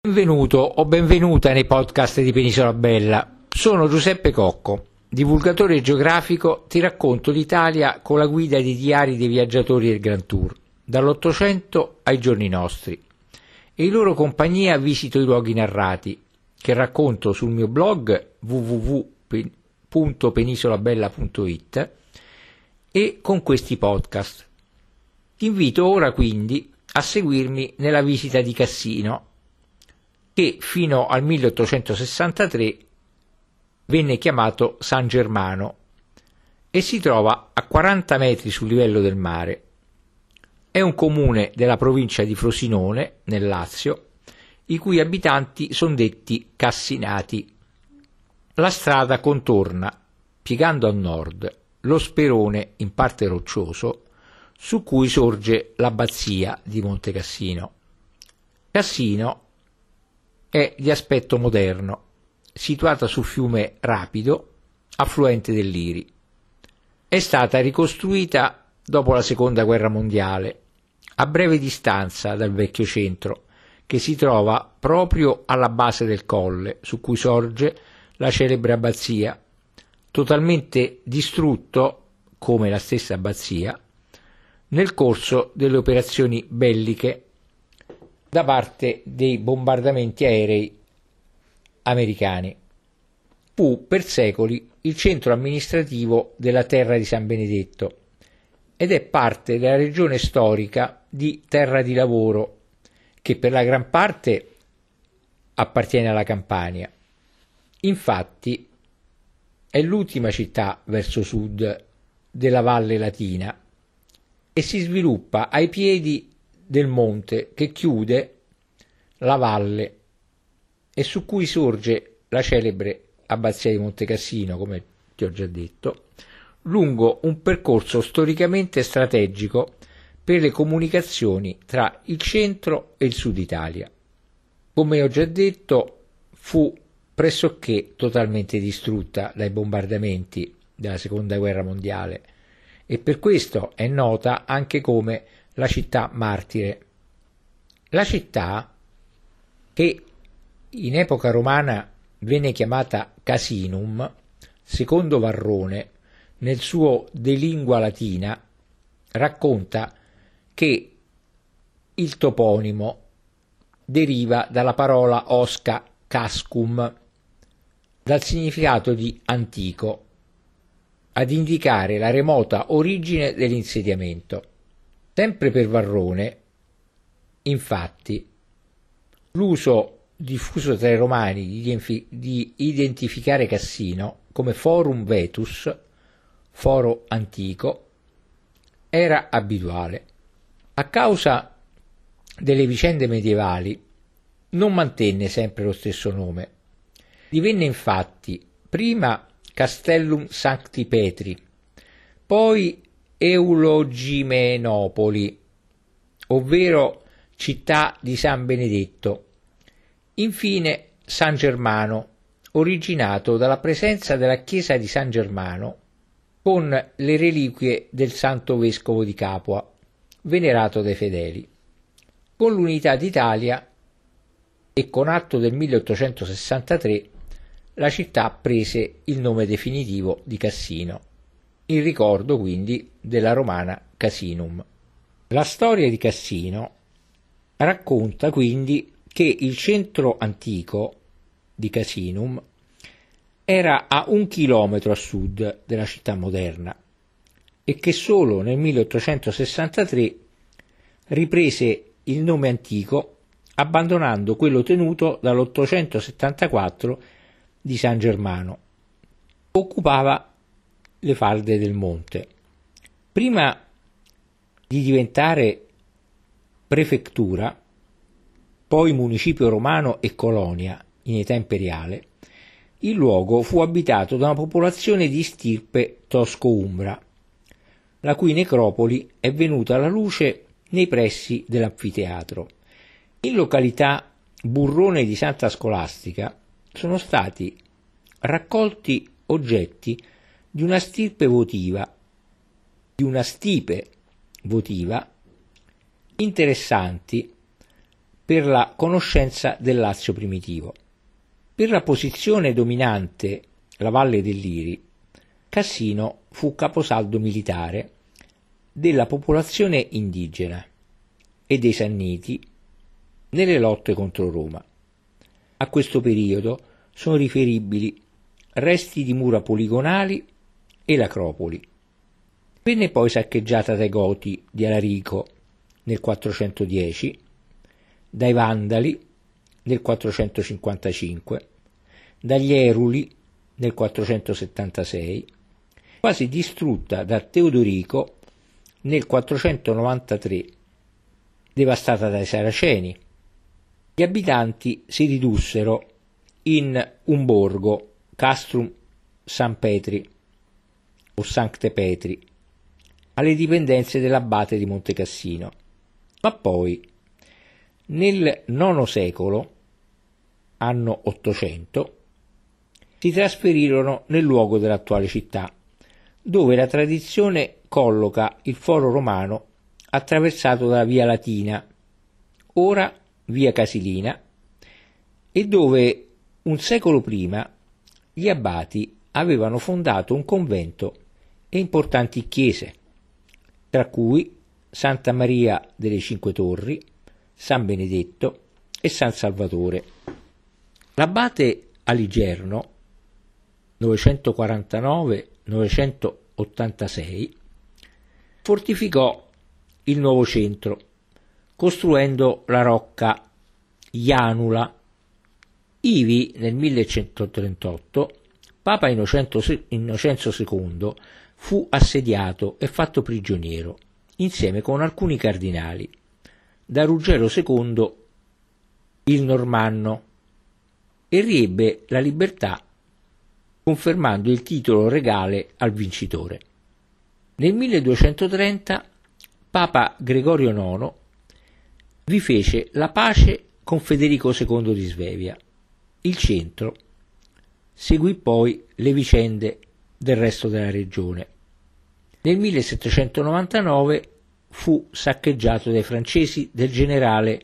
Benvenuto o benvenuta nei podcast di Penisola Bella. Sono Giuseppe Cocco, divulgatore geografico. Ti racconto l'Italia con la guida dei diari dei viaggiatori del Grand Tour, dall'Ottocento ai giorni nostri. E in loro compagnia visito i luoghi narrati, che racconto sul mio blog www.penisolabella.it e con questi podcast. Ti invito ora quindi a seguirmi nella visita di Cassino, che fino al 1863 venne chiamato San Germano e si trova a 40 metri sul livello del mare. È un comune della provincia di Frosinone, nel Lazio, i cui abitanti sono detti cassinati. La strada contorna, piegando a nord, lo sperone in parte roccioso su cui sorge l'abbazia di Monte Cassino. Cassino è di aspetto moderno, situata sul fiume Rapido, affluente del Liri. È stata ricostruita dopo la Seconda Guerra Mondiale, a breve distanza dal vecchio centro, che si trova proprio alla base del colle su cui sorge la celebre abbazia, totalmente distrutto, come la stessa abbazia, nel corso delle operazioni belliche da parte dei bombardamenti aerei americani. Fu per secoli il centro amministrativo della terra di San Benedetto ed è parte della regione storica di Terra di Lavoro, che per la gran parte appartiene alla Campania. Infatti è l'ultima città verso sud della Valle Latina e si sviluppa ai piedi del monte che chiude la valle e su cui sorge la celebre abbazia di Monte Cassino, come ti ho già detto, lungo un percorso storicamente strategico per le comunicazioni tra il centro e il sud Italia. Come ho già detto, fu pressoché totalmente distrutta dai bombardamenti della Seconda Guerra Mondiale e per questo è nota anche come la città martire. La città, che in epoca romana venne chiamata Casinum, secondo Varrone, nel suo De Lingua Latina, racconta che il toponimo deriva dalla parola osca cascum, dal significato di antico, ad indicare la remota origine dell'insediamento. Sempre per Varrone, infatti, l'uso diffuso tra i romani di identificare Cassino come Forum Vetus, foro antico, era abituale. A causa delle vicende medievali non mantenne sempre lo stesso nome. Divenne infatti prima Castellum Sancti Petri, poi Eulogimenopoli, ovvero città di San Benedetto, infine San Germano, originato dalla presenza della chiesa di San Germano con le reliquie del santo vescovo di Capua, venerato dai fedeli. Con l'unità d'Italia e con atto del 1863 la città prese il nome definitivo di Cassino, in ricordo quindi della romana Casinum. La storia di Cassino racconta quindi che il centro antico di Casinum era a 1 chilometro a sud della città moderna e che solo nel 1863 riprese il nome antico, abbandonando quello tenuto dall'874 di San Germano. Occupava le falde del monte. Prima di diventare prefettura, poi municipio romano e colonia in età imperiale, il luogo fu abitato da una popolazione di stirpe tosco-umbra, la cui necropoli è venuta alla luce nei pressi dell'anfiteatro. In località Burrone di Santa Scolastica sono stati raccolti oggetti di una stipe votiva interessanti per la conoscenza del Lazio primitivo. Per la posizione dominante, la Valle del Liri, Cassino fu caposaldo militare della popolazione indigena e dei Sanniti nelle lotte contro Roma. A questo periodo sono riferibili resti di mura poligonali e l'acropoli. Venne poi saccheggiata dai Goti di Alarico nel 410, dai Vandali nel 455, dagli Eruli nel 476, quasi distrutta da Teodorico nel 493, devastata dai Saraceni. Gli abitanti si ridussero in un borgo, Castrum San Petri o Sancte Petri, alle dipendenze dell'abate di Montecassino, ma poi nel IX secolo, anno 800, si trasferirono nel luogo dell'attuale città, dove la tradizione colloca il foro romano attraversato dalla via Latina, ora via Casilina, e dove un secolo prima gli abbati avevano fondato un convento e importanti chiese, tra cui Santa Maria delle Cinque Torri, San Benedetto e San Salvatore. L'abate Aligerno, 949-986, fortificò il nuovo centro, costruendo la rocca Ianula. Ivi, nel 1138, Papa Innocenzo II fu assediato e fatto prigioniero, insieme con alcuni cardinali, da Ruggero II il Normanno, e riebbe la libertà confermando il titolo regale al vincitore. Nel 1230 Papa Gregorio IX vi fece la pace con Federico II di Svevia. Il centro seguì poi le vicende del resto della regione. Nel 1799 fu saccheggiato dai francesi del generale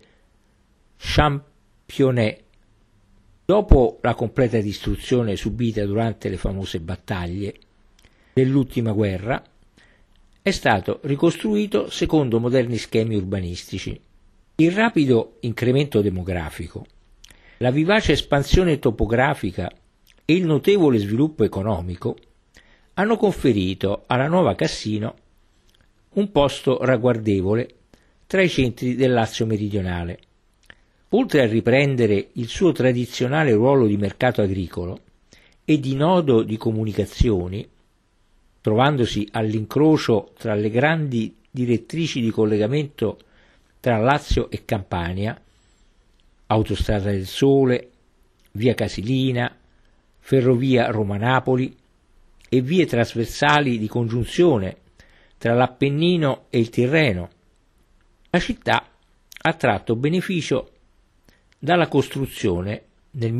Championnet. Dopo la completa distruzione subita durante le famose battaglie dell'ultima guerra, è stato ricostruito secondo moderni schemi urbanistici. Il rapido incremento demografico, la vivace espansione topografica e il notevole sviluppo economico hanno conferito alla nuova Cassino un posto ragguardevole tra i centri del Lazio meridionale. Oltre a riprendere il suo tradizionale ruolo di mercato agricolo e di nodo di comunicazioni, trovandosi all'incrocio tra le grandi direttrici di collegamento tra Lazio e Campania, Autostrada del Sole, via Casilina, ferrovia Roma-Napoli e vie trasversali di congiunzione tra l'Appennino e il Tirreno, la città ha tratto beneficio dalla costruzione nel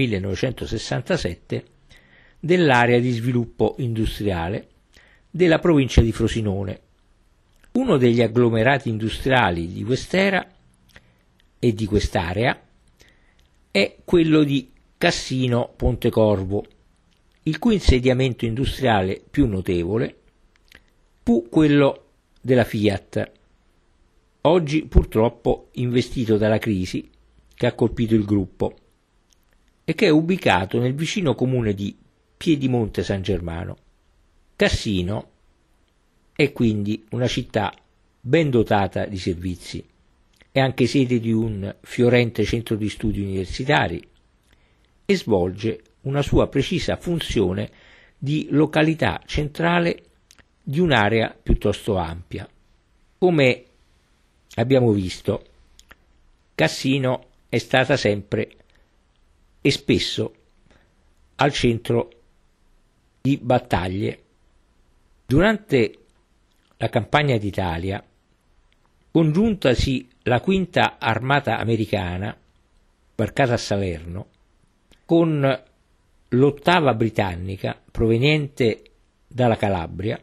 1967 dell'area di sviluppo industriale della provincia di Frosinone, uno degli agglomerati industriali di quest'era e di quest'area è quello di Cassino Pontecorvo, il cui insediamento industriale più notevole fu quello della Fiat, oggi purtroppo investito dalla crisi che ha colpito il gruppo e che è ubicato nel vicino comune di Piedimonte San Germano. Cassino è quindi una città ben dotata di servizi, è anche sede di un fiorente centro di studi universitari e svolge una sua precisa funzione di località centrale di un'area piuttosto ampia. Come abbiamo visto, Cassino è stata sempre e spesso al centro di battaglie. Durante la campagna d'Italia, congiuntasi la quinta armata americana, sbarcata a Salerno, con l'ottava britannica proveniente dalla Calabria,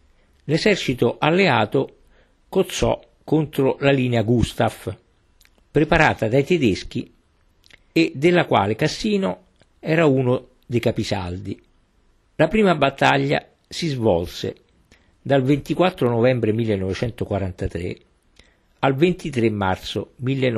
l'esercito alleato cozzò contro la linea Gustaf, preparata dai tedeschi e della quale Cassino era uno dei capisaldi. La prima battaglia si svolse dal 24 novembre 1943 al 23 marzo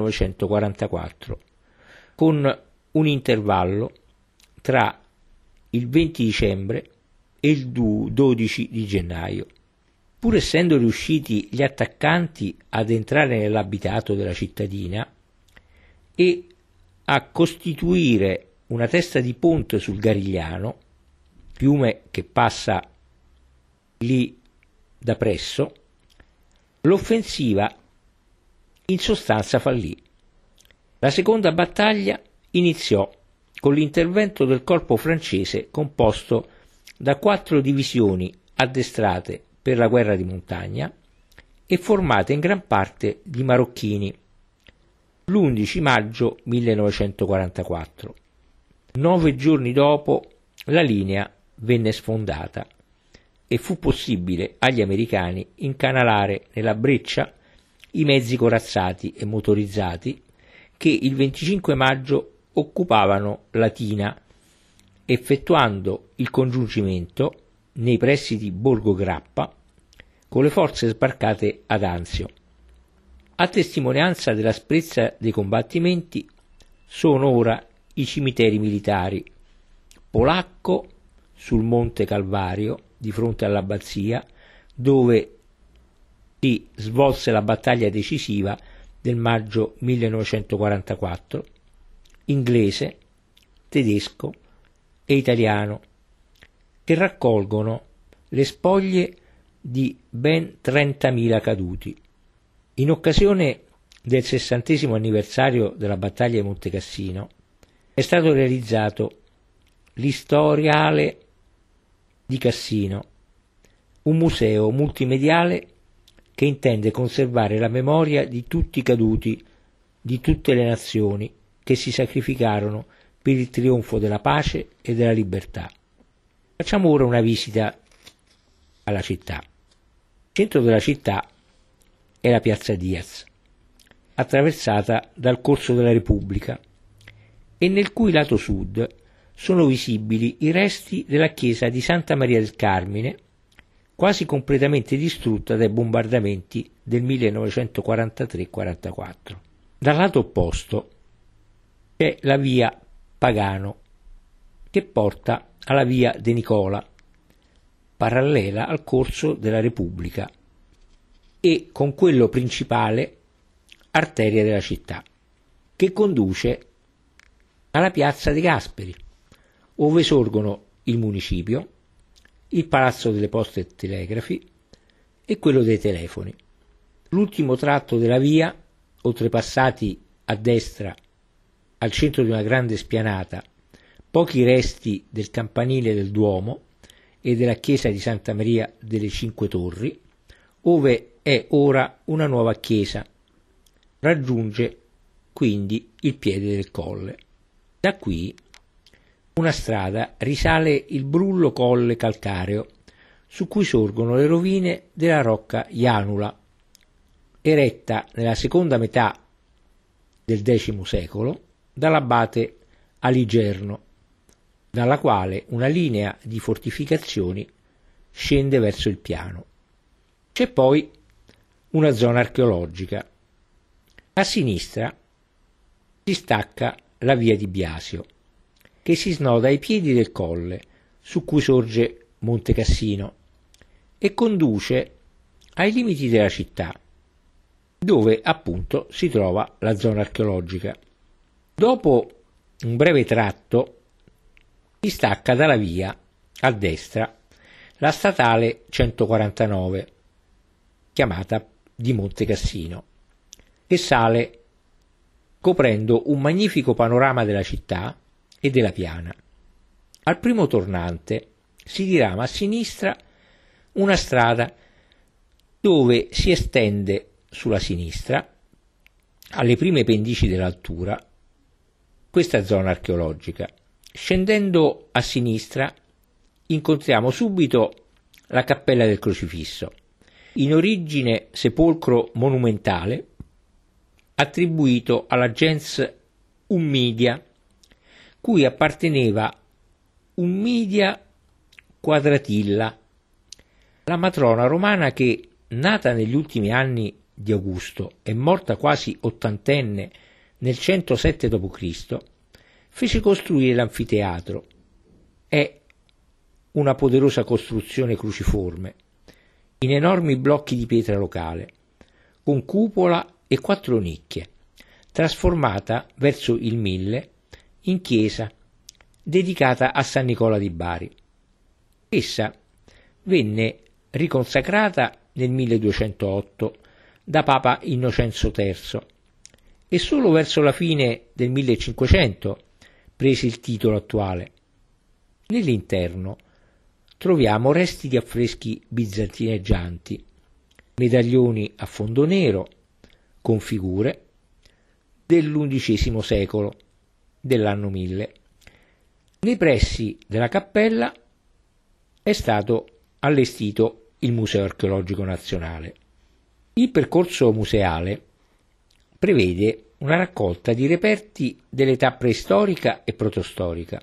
1944, con un intervallo tra il 20 dicembre e il 12 di gennaio. Pur essendo riusciti gli attaccanti ad entrare nell'abitato della cittadina e a costituire una testa di ponte sul Garigliano, fiume che passa lì da presso, l'offensiva in sostanza fallì. La seconda battaglia iniziò con l'intervento del corpo francese composto da 4 divisioni addestrate per la guerra di montagna e formate in gran parte di marocchini, l'11 maggio 1944. 9 giorni dopo la linea venne sfondata e fu possibile agli americani incanalare nella breccia i mezzi corazzati e motorizzati che il 25 maggio occupavano Latina, effettuando il congiungimento nei pressi di Borgo Grappa con le forze sbarcate ad Anzio. A testimonianza dell'asprezza dei combattimenti sono ora i cimiteri militari: Polacco sul Monte Calvario di fronte all'abbazia, dove si svolse la battaglia decisiva del maggio 1944, inglese, tedesco e italiano, che raccolgono le spoglie di ben 30.000 caduti. In occasione del 60° anniversario della battaglia di Monte Cassino è stato realizzato l'Istoriale di Cassino, un museo multimediale che intende conservare la memoria di tutti i caduti di tutte le nazioni che si sacrificarono per il trionfo della pace e della libertà. Facciamo ora una visita alla città. Il centro della città è la Piazza Diaz, attraversata dal Corso della Repubblica, e nel cui lato sud sono visibili i resti della chiesa di Santa Maria del Carmine, quasi completamente distrutta dai bombardamenti del 1943-44. Dal lato opposto c'è la via Pagano, che porta alla via De Nicola, parallela al Corso della Repubblica, e con quello principale arteria della città, che conduce alla piazza De Gasperi, ove sorgono il municipio, il Palazzo delle Poste e Telegrafi e quello dei telefoni. L'ultimo tratto della via, oltrepassati a destra al centro di una grande spianata pochi resti del campanile del Duomo e della chiesa di Santa Maria delle Cinque Torri, ove è ora una nuova chiesa, raggiunge quindi il piede del colle. Da qui una strada risale il brullo colle calcareo su cui sorgono le rovine della rocca Ianula, eretta nella seconda metà del X secolo dall'abate Aligerno, dalla quale una linea di fortificazioni scende verso il piano. C'è poi una zona archeologica. A sinistra si stacca la via di Biasio, che si snoda ai piedi del colle su cui sorge Monte Cassino e conduce ai limiti della città, dove appunto si trova la zona archeologica. Dopo un breve tratto si stacca dalla via a destra la statale 149, chiamata di Monte Cassino, che sale coprendo un magnifico panorama della città e della piana. Al primo tornante si dirama a sinistra una strada dove si estende sulla sinistra, alle prime pendici dell'altura, questa zona archeologica. Scendendo a sinistra incontriamo subito la Cappella del Crocifisso, in origine sepolcro monumentale attribuito alla gens Ummidia, cui apparteneva Ummidia Quadratilla, la matrona romana che, nata negli ultimi anni di Augusto e morta quasi ottantenne nel 107 d.C., fece costruire l'anfiteatro. È una poderosa costruzione cruciforme, in enormi blocchi di pietra locale, con cupola e 4 nicchie, trasformata verso il 1000 in chiesa dedicata a San Nicola di Bari. Essa venne riconsacrata nel 1208 da Papa Innocenzo III e solo verso la fine del 1500 prese il titolo attuale. Nell'interno troviamo resti di affreschi bizantineggianti, medaglioni a fondo nero con figure dell'XI secolo, dell'anno 1000. Nei pressi della cappella è stato allestito il Museo Archeologico Nazionale. Il percorso museale prevede una raccolta di reperti dell'età preistorica e protostorica,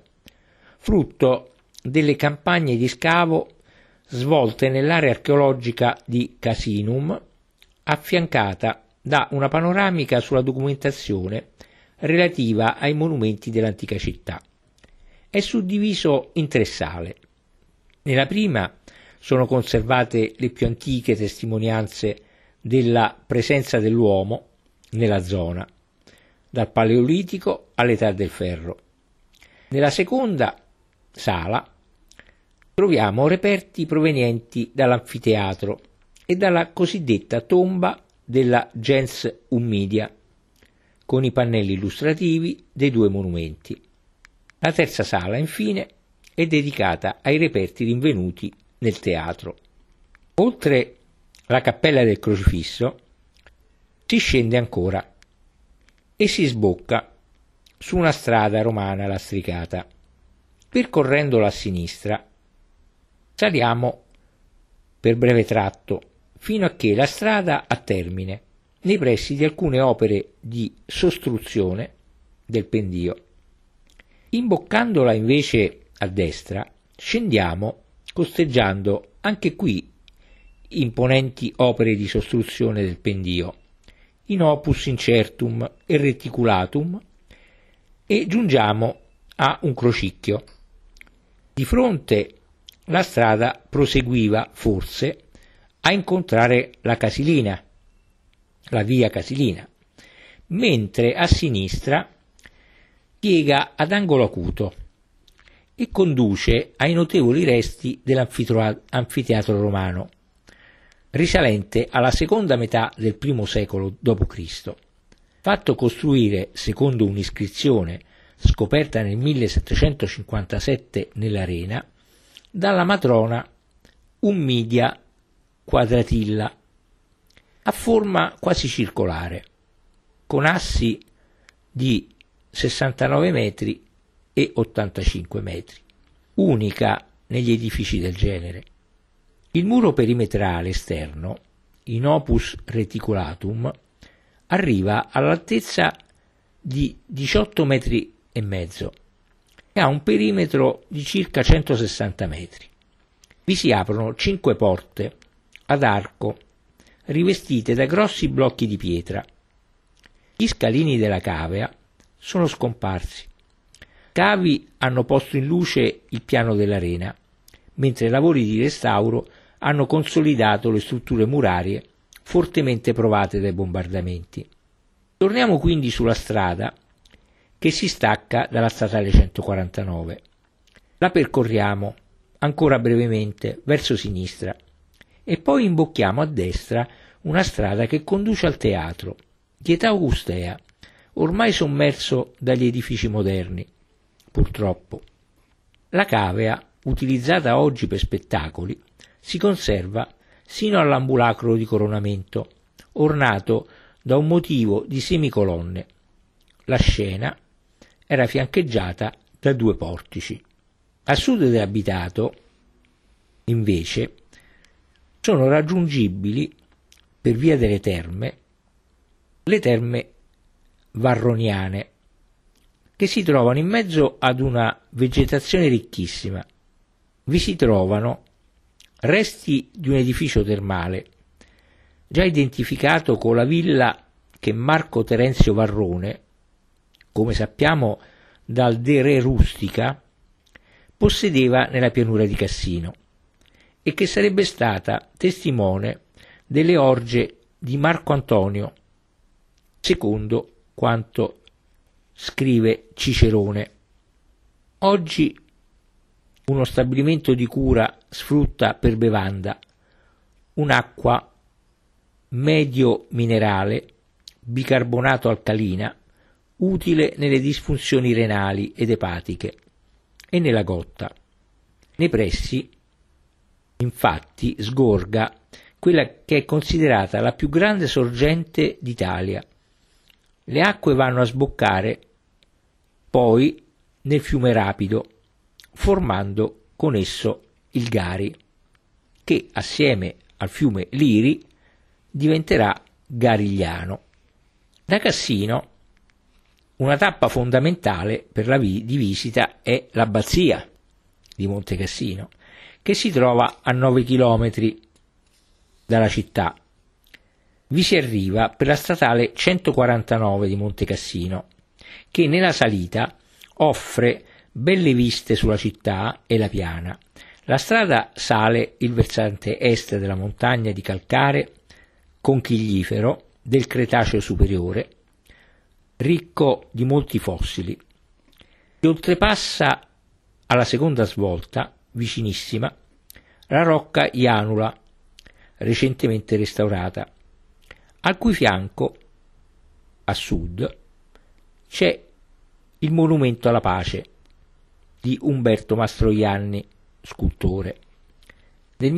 frutto delle campagne di scavo svolte nell'area archeologica di Casinum, affiancata da una panoramica sulla documentazione relativa ai monumenti dell'antica città. È suddiviso in 3 sale. Nella prima sono conservate le più antiche testimonianze della presenza dell'uomo nella zona, dal Paleolitico all'età del ferro. Nella seconda sala troviamo reperti provenienti dall'anfiteatro e dalla cosiddetta tomba della gens Ummidia, con i pannelli illustrativi dei 2 monumenti. La terza sala, infine, è dedicata ai reperti rinvenuti nel teatro. Oltre la cappella del Crocifisso si scende ancora e si sbocca su una strada romana lastricata. Percorrendola a sinistra saliamo per breve tratto fino a che la strada ha termine nei pressi di alcune opere di sostruzione del pendio. Imboccandola invece a destra scendiamo costeggiando anche qui imponenti opere di sostruzione del pendio, in opus incertum e reticulatum, e giungiamo a un crocicchio. Di fronte la strada proseguiva forse a incontrare la Casilina, la via Casilina, mentre a sinistra piega ad angolo acuto e conduce ai notevoli resti dell'anfiteatro romano, risalente alla seconda metà del I secolo d.C., fatto costruire secondo un'iscrizione scoperta nel 1757 nell'arena dalla matrona Ummidia Quadratilla, a forma quasi circolare, con assi di 69 metri e 85 metri, unica negli edifici del genere. Il muro perimetrale esterno, in opus reticulatum, arriva all'altezza di 18 metri e mezzo e ha un perimetro di circa 160 metri. Vi si aprono 5 porte ad arco rivestite da grossi blocchi di pietra. Gli scalini della cavea sono scomparsi. Cavi hanno posto in luce il piano dell'arena, mentre i lavori di restauro hanno consolidato le strutture murarie fortemente provate dai bombardamenti. Torniamo quindi sulla strada che si stacca dalla statale 149. La percorriamo ancora brevemente verso sinistra e poi imbocchiamo a destra una strada che conduce al teatro, di età augustea, ormai sommerso dagli edifici moderni, purtroppo. La cavea, utilizzata oggi per spettacoli, si conserva sino all'ambulacro di coronamento, ornato da un motivo di semicolonne. La scena era fiancheggiata da 2 portici. A sud dell'abitato, invece, sono raggiungibili per via delle terme, le terme varroniane, che si trovano in mezzo ad una vegetazione ricchissima. Vi si trovano resti di un edificio termale, già identificato con la villa che Marco Terenzio Varrone, come sappiamo dal De Re Rustica, possedeva nella pianura di Cassino e che sarebbe stata testimone delle orge di Marco Antonio, secondo quanto scrive Cicerone. Oggi uno stabilimento di cura sfrutta per bevanda un'acqua medio minerale bicarbonato alcalina utile nelle disfunzioni renali ed epatiche e nella gotta. Nei pressi, infatti, sgorga quella che è considerata la più grande sorgente d'Italia. Le acque vanno a sboccare poi nel fiume Rapido, formando con esso il Gari, che assieme al fiume Liri diventerà Garigliano. Da Cassino una tappa fondamentale per la di visita è l'abbazia di Monte Cassino, che si trova a 9 chilometri dalla città. Vi si arriva per la statale 149 di Monte Cassino, che nella salita offre belle viste sulla città e la piana. La strada sale il versante est della montagna di calcare conchiglifero del Cretaceo superiore, ricco di molti fossili. Si oltrepassa alla seconda svolta, vicinissima, la rocca Ianula, recentemente restaurata, al cui fianco, a sud, c'è il monumento alla pace di Umberto Mastroianni, scultore, del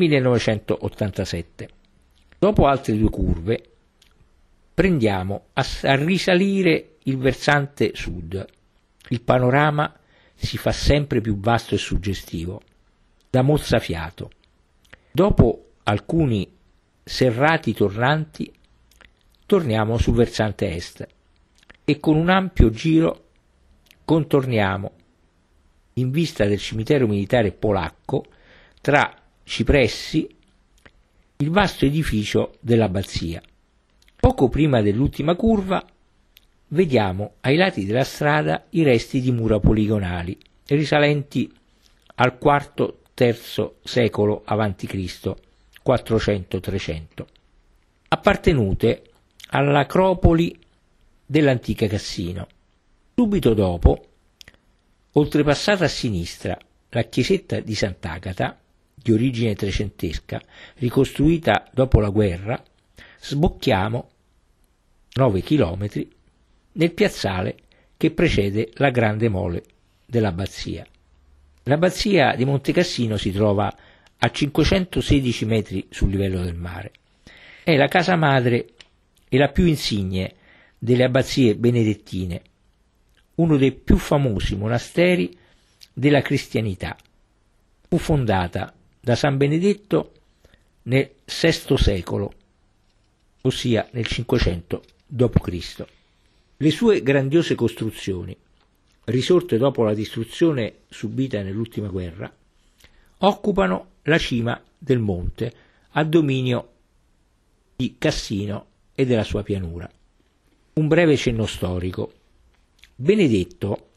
1987. Dopo altre 2 curve, prendiamo a risalire il versante sud. Il panorama si fa sempre più vasto e suggestivo, da mozzafiato. Dopo alcuni serrati tornanti, torniamo sul versante est e con un ampio giro contorniamo, in vista del cimitero militare polacco, tra cipressi, il vasto edificio dell'abbazia. Poco prima dell'ultima curva vediamo ai lati della strada i resti di mura poligonali risalenti al IV-III secolo a.C., 400-300, appartenute all'acropoli dell'antica Cassino. Subito dopo, oltrepassata a sinistra la chiesetta di Sant'Agata, di origine trecentesca, ricostruita dopo la guerra, sbocchiamo 9 chilometri nel piazzale che precede la grande mole dell'abbazia. L'abbazia di Monte Cassino si trova a 516 metri sul livello del mare. È la casa madre e la più insigne delle abbazie benedettine, uno dei più famosi monasteri della cristianità. Fu fondata da San Benedetto nel VI secolo, ossia nel 500 d.C. Le sue grandiose costruzioni, risorte dopo la distruzione subita nell'ultima guerra, occupano la cima del monte a dominio di Cassino e della sua pianura. Un breve cenno storico. Benedetto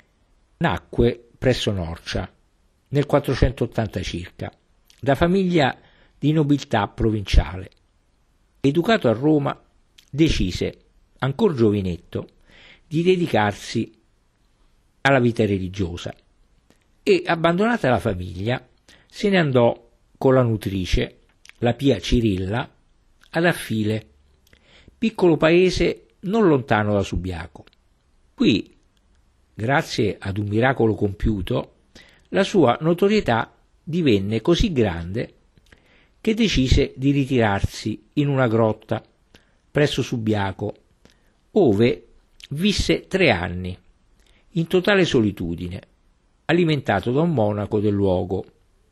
nacque presso Norcia nel 480 circa, da famiglia di nobiltà provinciale. Educato a Roma, decise, ancor giovinetto, di dedicarsi alla vita religiosa e, abbandonata la famiglia, se ne andò con la nutrice, la pia Cirilla, ad Affile, piccolo paese non lontano da Subiaco. Qui, grazie ad un miracolo compiuto, la sua notorietà divenne così grande che decise di ritirarsi in una grotta presso Subiaco, ove visse 3 anni, in totale solitudine, alimentato da un monaco del luogo,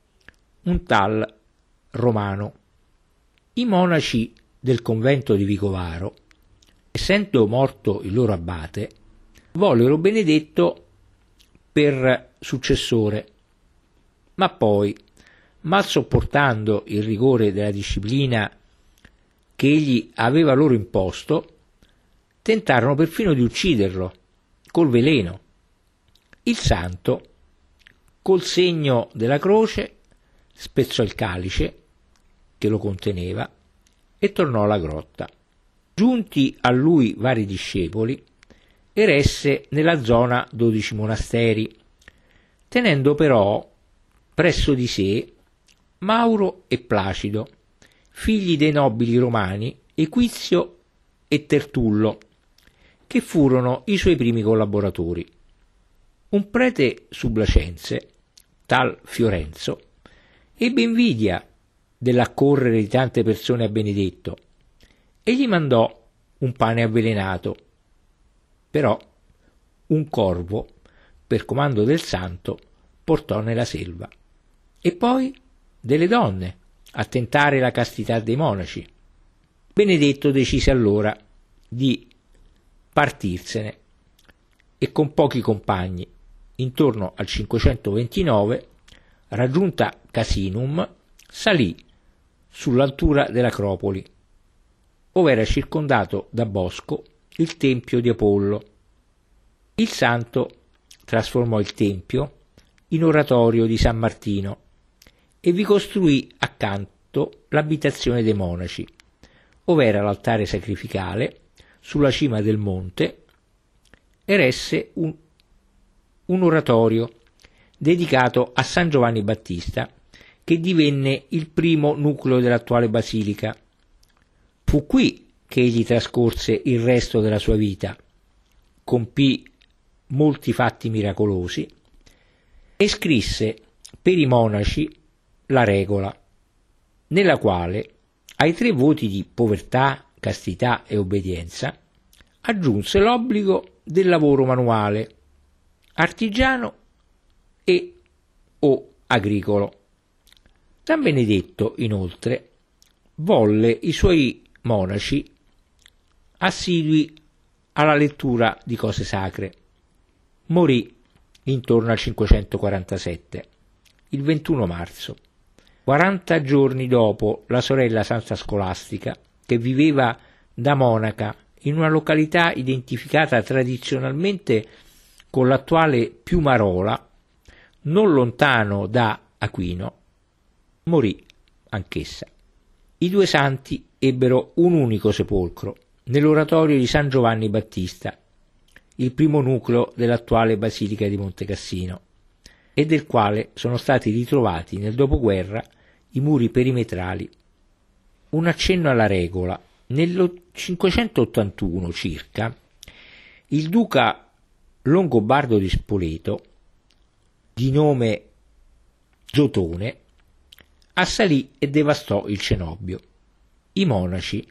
un tal Romano. I monaci del convento di Vicovaro Essendo morto il loro abate, vollero Benedetto per successore, ma poi, mal sopportando il rigore della disciplina che egli aveva loro imposto, tentarono perfino di ucciderlo col veleno. Il santo, col segno della croce, spezzò il calice che lo conteneva e tornò alla grotta. Giunti a lui vari discepoli, eresse nella zona 12 monasteri, tenendo però presso di sé Mauro e Placido, figli dei nobili romani Equizio e Tertullo, che furono i suoi primi collaboratori. Un prete sublacense, tal Fiorenzo, ebbe invidia dell'accorrere di tante persone a Benedetto e gli mandò un pane avvelenato. Però un corvo, per comando del santo, portò nella selva. E poi delle donne, a tentare la castità dei monaci. Benedetto decise allora di partirsene e con pochi compagni, intorno al 529, raggiunta Casinum, salì sull'altura dell'Acropoli, ove era circondato da bosco il tempio di Apollo. Il santo trasformò il tempio in oratorio di San Martino e vi costruì accanto l'abitazione dei monaci, ove era l'altare sacrificale sulla cima del monte, eresse un oratorio dedicato a San Giovanni Battista, che divenne il primo nucleo dell'attuale basilica. Fu qui che egli trascorse il resto della sua vita, compì molti fatti miracolosi e scrisse per i monaci la regola, nella quale ai 3 voti di povertà, castità e obbedienza aggiunse l'obbligo del lavoro manuale, artigiano e o agricolo. San Benedetto, inoltre, volle i suoi monaci assidui alla lettura di cose sacre. Morì intorno al 547, il 21 marzo, 40 giorni dopo la sorella Santa Scolastica, che viveva da monaca in una località identificata tradizionalmente con l'attuale Piumarola, non lontano da Aquino, morì anch'essa. I 2 santi ebbero un unico sepolcro nell'oratorio di San Giovanni Battista, il primo nucleo dell'attuale Basilica di Monte Cassino, e del quale sono stati ritrovati nel dopoguerra i muri perimetrali. Un accenno alla regola: nel 581 circa, il duca Longobardo di Spoleto, di nome Giotone, assalì e devastò il cenobio. I monaci,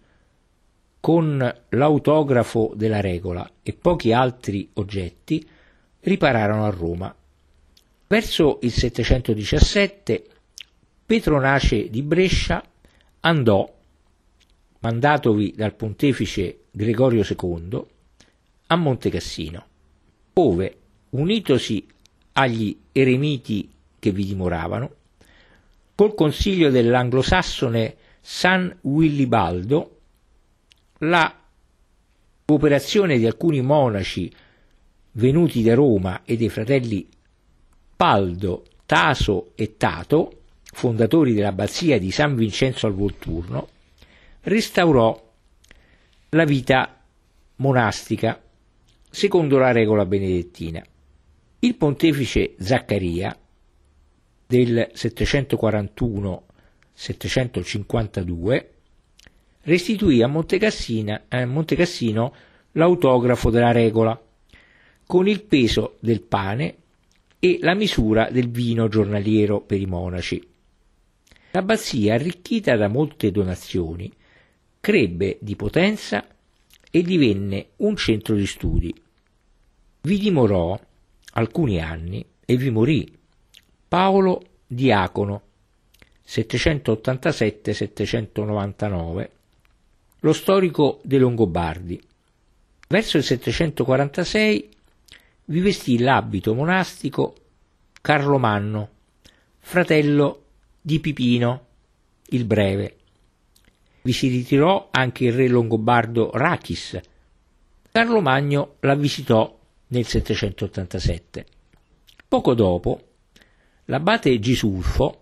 con l'autografo della regola e pochi altri oggetti, ripararono a Roma. Verso il 717 Petronace di Brescia andò, mandatovi dal pontefice Gregorio II, a Monte Cassino, ove, unitosi agli eremiti che vi dimoravano, col consiglio dell'anglosassone San Willibaldo, la cooperazione di alcuni monaci venuti da Roma e dei fratelli Paldo, Taso e Tato, fondatori dell'abbazia di San Vincenzo al Volturno, restaurò la vita monastica secondo la regola benedettina. Il pontefice Zaccaria del 741-752 restituì a Monte Cassino l'autografo della regola con il peso del pane e la misura del vino giornaliero per i monaci. L'abbazia, arricchita da molte donazioni, crebbe di potenza e divenne un centro di studi. Vi dimorò alcuni anni e vi morì Paolo Diacono, 787-799, lo storico dei Longobardi, Verso il 746 vi vestì l'abito monastico Carlomanno, fratello di Pipino il Breve. Vi si ritirò anche il re longobardo Rachis. Carlomagno la visitò nel 787. Poco dopo, l'abate Gisulfo,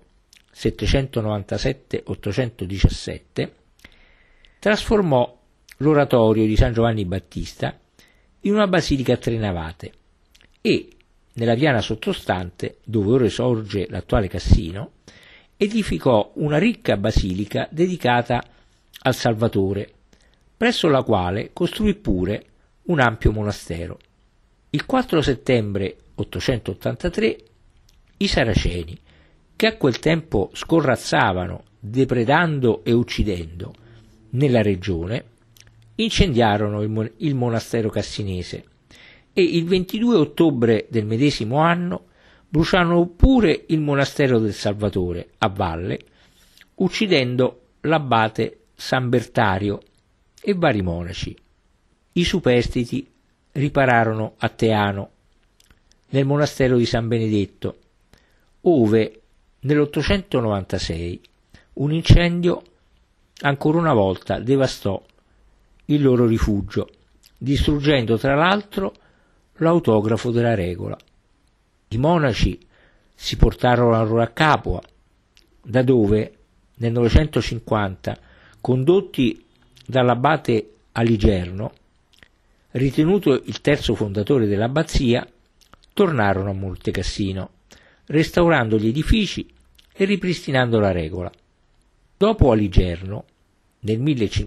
797-817, trasformò l'oratorio di San Giovanni Battista in una basilica a tre navate e, nella piana sottostante, dove ora sorge l'attuale Cassino, edificò una ricca basilica dedicata al Salvatore, presso la quale costruì pure un ampio monastero. Il 4 settembre 883 i Saraceni, che a quel tempo scorrazzavano, depredando e uccidendo nella regione, incendiarono il monastero cassinese e il 22 ottobre del medesimo anno bruciarono pure il monastero del Salvatore a valle, uccidendo l'abate San Bertario e vari monaci. I superstiti ripararono a Teano, nel monastero di San Benedetto, ove nell'896 un incendio ancora una volta devastò il loro rifugio, distruggendo tra l'altro l'autografo della regola. I monaci si portarono allora a Capua, da dove nel 950, condotti dall'abate Aligerno, ritenuto il terzo fondatore dell'abbazia, tornarono a Montecassino, restaurando gli edifici e ripristinando la regola. Dopo Aligerno, nel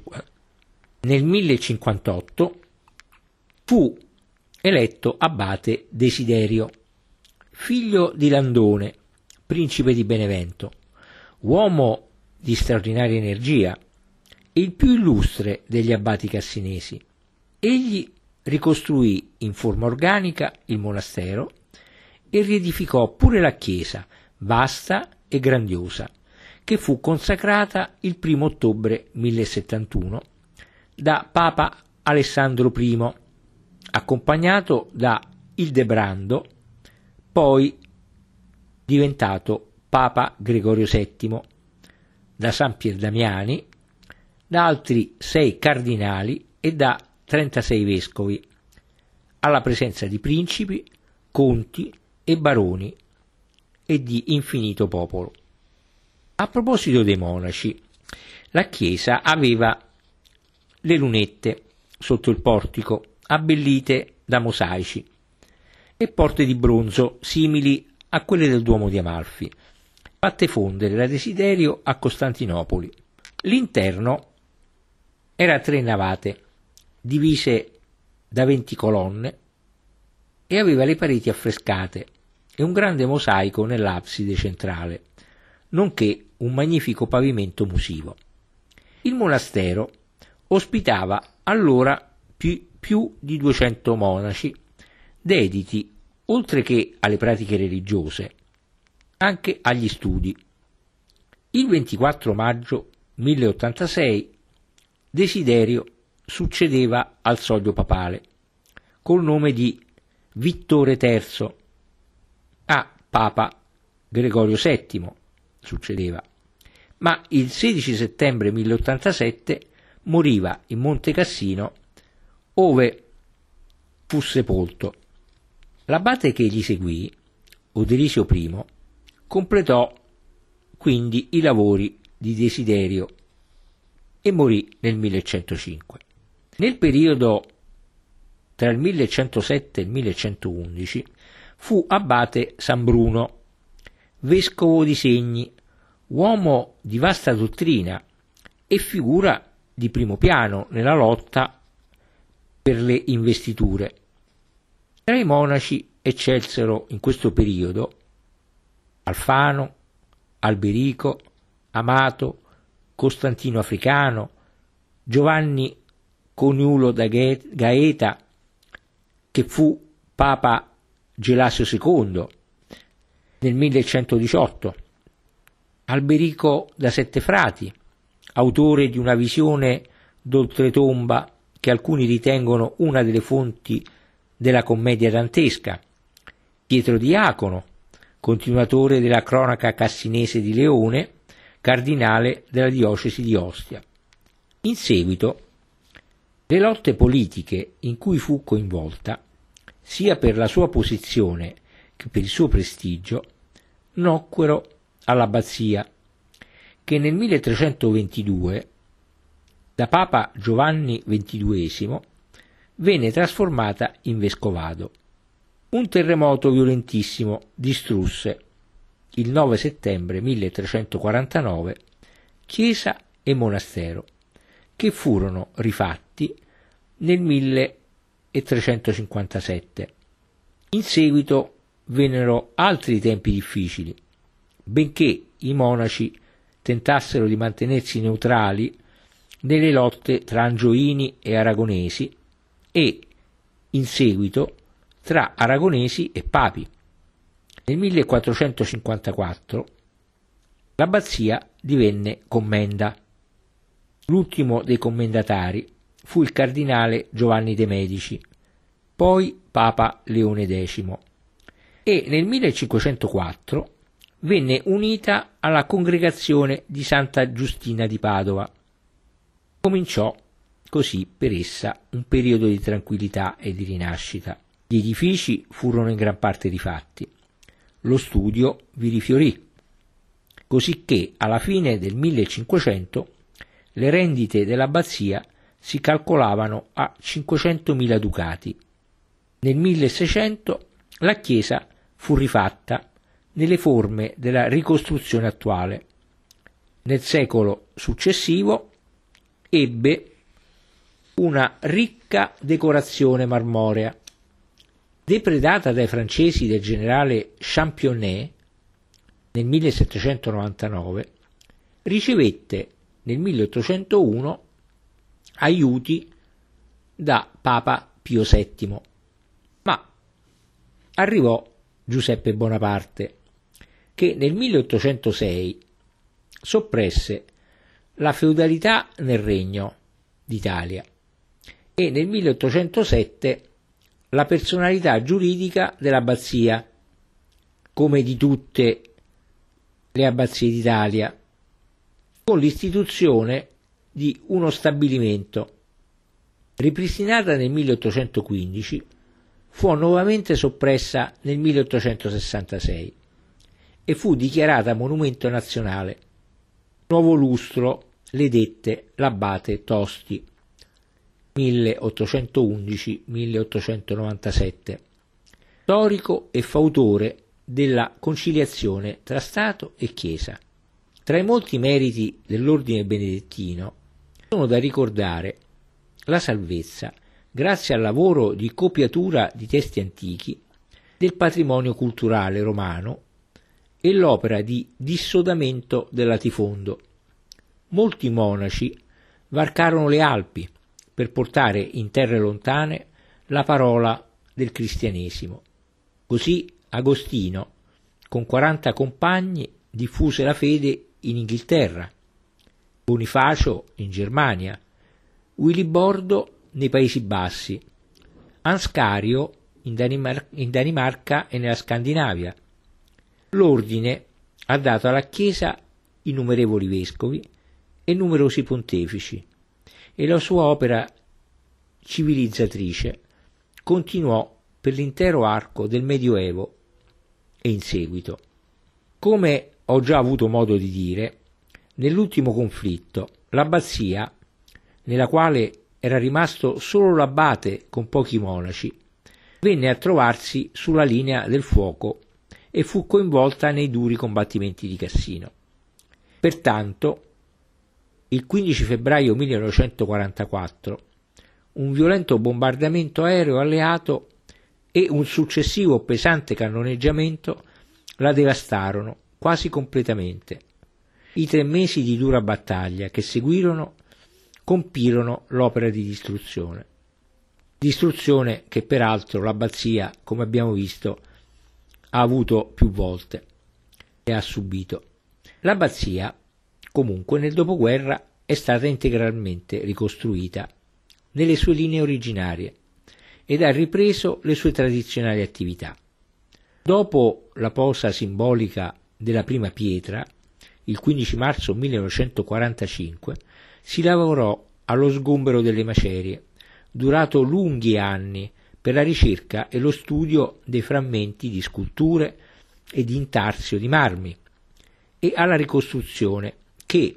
1058, fu eletto abate Desiderio, figlio di Landone, principe di Benevento, uomo di straordinaria energia e il più illustre degli abbati cassinesi. Egli ricostruì in forma organica il monastero e riedificò pure la chiesa, vasta e grandiosa, che fu consacrata il 1 ottobre 1071 da Papa Alessandro I, accompagnato da Ildebrando, poi diventato Papa Gregorio VII, da San Pier Damiani, da altri 6 cardinali e da 36 vescovi, alla presenza di principi, conti e baroni e di infinito popolo. A proposito dei monaci, la chiesa aveva le lunette sotto il portico, abbellite da mosaici, e porte di bronzo simili a quelle del Duomo di Amalfi, fatte fondere da Desiderio a Costantinopoli. L'interno era a 3 navate, divise da 20 colonne, e aveva le pareti affrescate e un grande mosaico nell'abside centrale, nonché un magnifico pavimento musivo. Il monastero ospitava allora più di 200 monaci, dediti, oltre che alle pratiche religiose, anche agli studi. Il 24 maggio 1086 Desiderio succedeva al soglio papale, col nome di Vittore III, a Papa Gregorio VII succedeva, ma il 16 settembre 1087 moriva in Montecassino, ove fu sepolto. L'abate che gli seguì, Oderisio I, completò quindi i lavori di Desiderio e morì nel 1105. Nel periodo tra il 1107 e il 1111 fu abate San Bruno, vescovo di Segni, uomo di vasta dottrina e figura di primo piano nella lotta per le investiture. Tra i monaci eccelsero in questo periodo Alfano, Alberico, Amato, Costantino Africano, Giovanni Coniulo da Gaeta, che fu Papa Gelasio II nel 1118, Alberico da Sette Frati, autore di una visione d'oltretomba che alcuni ritengono una delle fonti della commedia dantesca, Pietro Diacono, continuatore della cronaca cassinese di Leone, cardinale della diocesi di Ostia. In seguito, le lotte politiche in cui fu coinvolta, sia per la sua posizione che per il suo prestigio, nacquero all'abbazia, che nel 1322, da Papa Giovanni XXII, venne trasformata in vescovado. Un terremoto violentissimo distrusse, il 9 settembre 1349, chiesa e monastero, che furono rifatti nel 1357. In seguito vennero altri tempi difficili, benché i monaci tentassero di mantenersi neutrali nelle lotte tra angioini e aragonesi e, in seguito, tra aragonesi e papi. Nel 1454 l'abbazia divenne commenda. L'ultimo dei commendatari fu il cardinale Giovanni de' Medici, poi Papa Leone X, e nel 1504 venne unita alla congregazione di Santa Giustina di Padova. Cominciò così per essa un periodo di tranquillità e di rinascita. Gli edifici furono in gran parte rifatti. Lo studio vi rifiorì, cosicché alla fine del 1500 le rendite dell'abbazia si calcolavano a 500.000 ducati. Nel 1600 la chiesa fu rifatta nelle forme della ricostruzione attuale. Nel secolo successivo ebbe una ricca decorazione marmorea. Depredata dai francesi del generale Championnet nel 1799, ricevette nel 1801 aiuti da Papa Pio VII, ma arrivò Giuseppe Bonaparte, che nel 1806 soppresse la feudalità nel Regno d'Italia e nel 1807 la personalità giuridica dell'abbazia, come di tutte le abbazie d'Italia, con l'istituzione di uno stabilimento. Ripristinata nel 1815, fu nuovamente soppressa nel 1866 e fu dichiarata monumento nazionale. Nuovo lustro le dette l'abate Tosti, 1811-1897, storico e fautore della conciliazione tra Stato e Chiesa. Tra i molti meriti dell'ordine benedettino sono da ricordare la salvezza, grazie al lavoro di copiatura di testi antichi, del patrimonio culturale romano e l'opera di dissodamento del latifondo. Molti monaci varcarono le Alpi per portare in terre lontane la parola del cristianesimo. Così Agostino, con 40 compagni, diffuse la fede in Inghilterra, Bonifacio in Germania, Wilibordo nei Paesi Bassi, Anscario in Danimarca e nella Scandinavia. L'ordine ha dato alla Chiesa innumerevoli vescovi e numerosi pontefici, e la sua opera civilizzatrice continuò per l'intero arco del Medioevo e in seguito. Come ho già avuto modo di dire, nell'ultimo conflitto l'abbazia, nella quale era rimasto solo l'abate con pochi monaci, venne a trovarsi sulla linea del fuoco e fu coinvolta nei duri combattimenti di Cassino. Pertanto, il 15 febbraio 1944, un violento bombardamento aereo alleato e un successivo pesante cannoneggiamento la devastarono quasi completamente. I 3 mesi di dura battaglia che seguirono compirono l'opera di distruzione. Distruzione che peraltro l'abbazia, come abbiamo visto, ha avuto più volte e ha subito. L'abbazia, comunque, nel dopoguerra è stata integralmente ricostruita, nelle sue linee originarie ed ha ripreso le sue tradizionali attività. Dopo la posa simbolica della prima pietra, il 15 marzo 1945, si lavorò allo sgombero delle macerie, durato lunghi anni per la ricerca e lo studio dei frammenti di sculture e di intarsio di marmi, e alla ricostruzione che,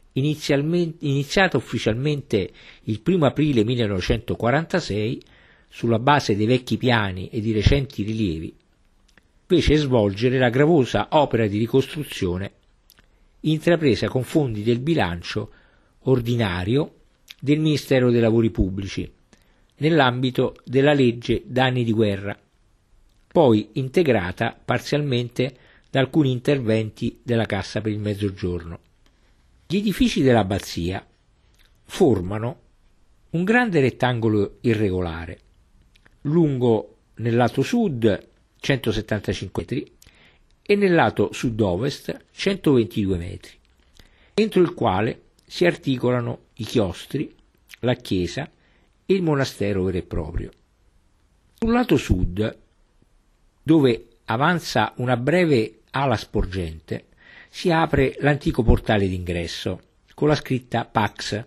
iniziata ufficialmente il 1 aprile 1946, sulla base dei vecchi piani e di recenti rilievi, fece svolgere la gravosa opera di ricostruzione intrapresa con fondi del bilancio ordinario del Ministero dei Lavori Pubblici, nell'ambito della legge danni di guerra, poi integrata parzialmente da alcuni interventi della Cassa per il Mezzogiorno. Gli edifici dell'abbazia formano un grande rettangolo irregolare, lungo nel lato sud 175 metri e nel lato sud-ovest 122 metri, entro il quale si articolano i chiostri, la chiesa e il monastero vero e proprio. Sul lato sud, dove avanza una breve ala sporgente, si apre l'antico portale d'ingresso con la scritta Pax,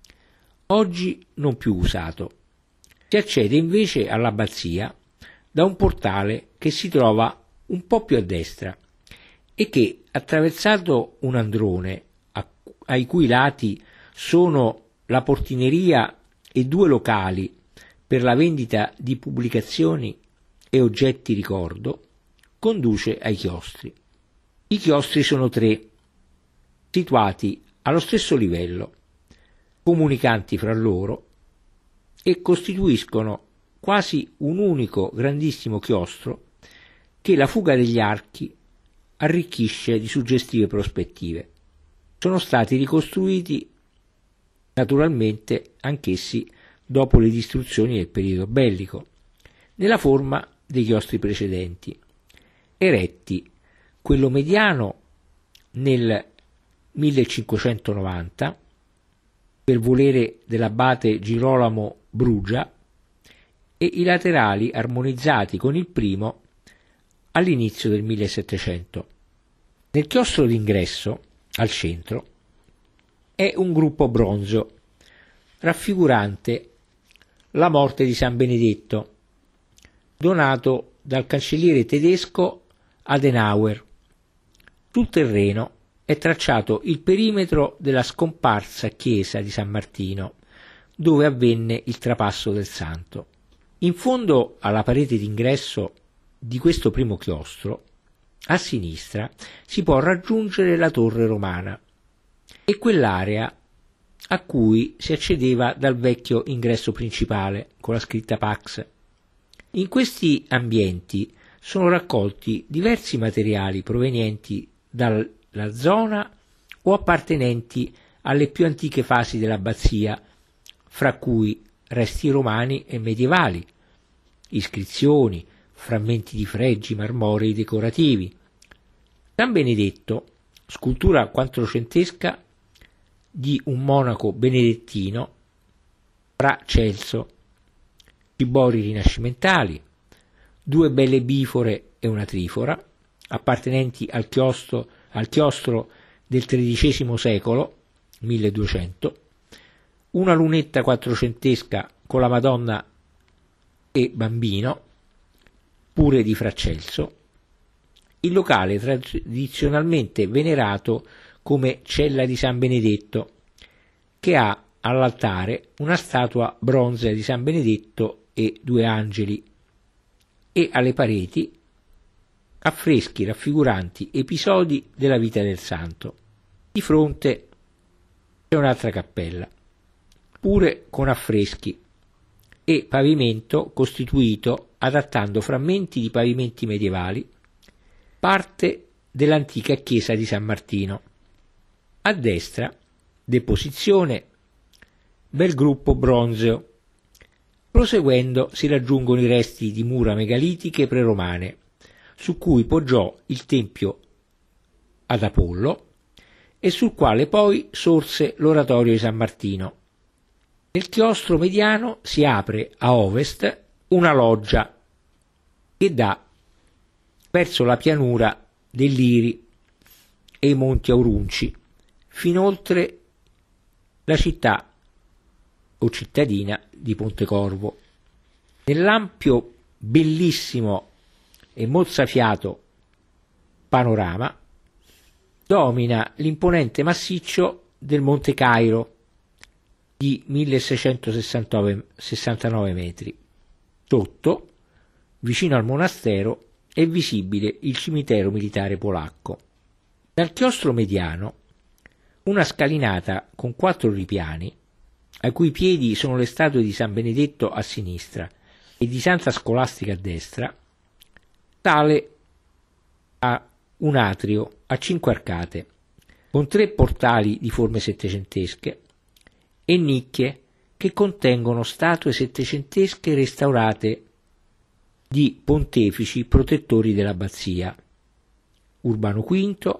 oggi non più usato. Si accede invece all'abbazia da un portale che si trova un po' più a destra e che, attraversato un androne ai cui lati sono la portineria e due locali per la vendita di pubblicazioni e oggetti ricordo, conduce ai chiostri. I chiostri sono 3, situati allo stesso livello, comunicanti fra loro, e costituiscono quasi un unico grandissimo chiostro che la fuga degli archi arricchisce di suggestive prospettive. Sono stati ricostruiti naturalmente anch'essi dopo le distruzioni del periodo bellico, nella forma dei chiostri precedenti, eretti, quello mediano nel 1590 per volere dell'abate Girolamo Brugia e i laterali armonizzati con il primo all'inizio del 1700. Nel chiostro d'ingresso, al centro, è un gruppo bronzeo raffigurante la morte di San Benedetto, donato dal cancelliere tedesco Adenauer. Sul terreno è tracciato il perimetro della scomparsa chiesa di San Martino, dove avvenne il trapasso del santo. In fondo alla parete d'ingresso di questo primo chiostro, a sinistra, si può raggiungere la torre romana e quell'area a cui si accedeva dal vecchio ingresso principale con la scritta Pax. In questi ambienti sono raccolti diversi materiali provenienti dalla zona o appartenenti alle più antiche fasi dell'abbazia, fra cui resti romani e medievali, iscrizioni, frammenti di fregi marmorei decorativi. San Benedetto, scultura quattrocentesca di un monaco benedettino, Fra Celso, cibori rinascimentali, 2 belle bifore e una trifora, appartenenti al chiostro del XIII secolo, 1200, una lunetta quattrocentesca con la Madonna e Bambino, pure di Fra Celso, il locale tradizionalmente venerato come Cella di San Benedetto, che ha all'altare una statua bronzea di San Benedetto e 2 angeli, e alle pareti affreschi raffiguranti episodi della vita del santo. Di fronte c'è un'altra cappella, pure con affreschi, e pavimento costituito adattando frammenti di pavimenti medievali, parte dell'antica chiesa di San Martino. A destra, deposizione, bel gruppo bronzeo. Proseguendo si raggiungono i resti di mura megalitiche preromane, su cui poggiò il tempio ad Apollo e sul quale poi sorse l'oratorio di San Martino. Nel chiostro mediano si apre a ovest una loggia che dà verso la pianura dell'Iri e i monti Aurunci, fin oltre la città o cittadina di Pontecorvo. Nell'ampio, bellissimo e mozzafiato panorama domina l'imponente massiccio del Monte Cairo di 1669 metri. Sotto, vicino al monastero, è visibile il cimitero militare polacco. Dal chiostro mediano, una scalinata con 4 ripiani, ai cui piedi sono le statue di San Benedetto a sinistra e di Santa Scolastica a destra, sale a un atrio a 5 arcate, con 3 portali di forme settecentesche e nicchie che contengono statue settecentesche restaurate di pontefici protettori dell'abbazia, Urbano V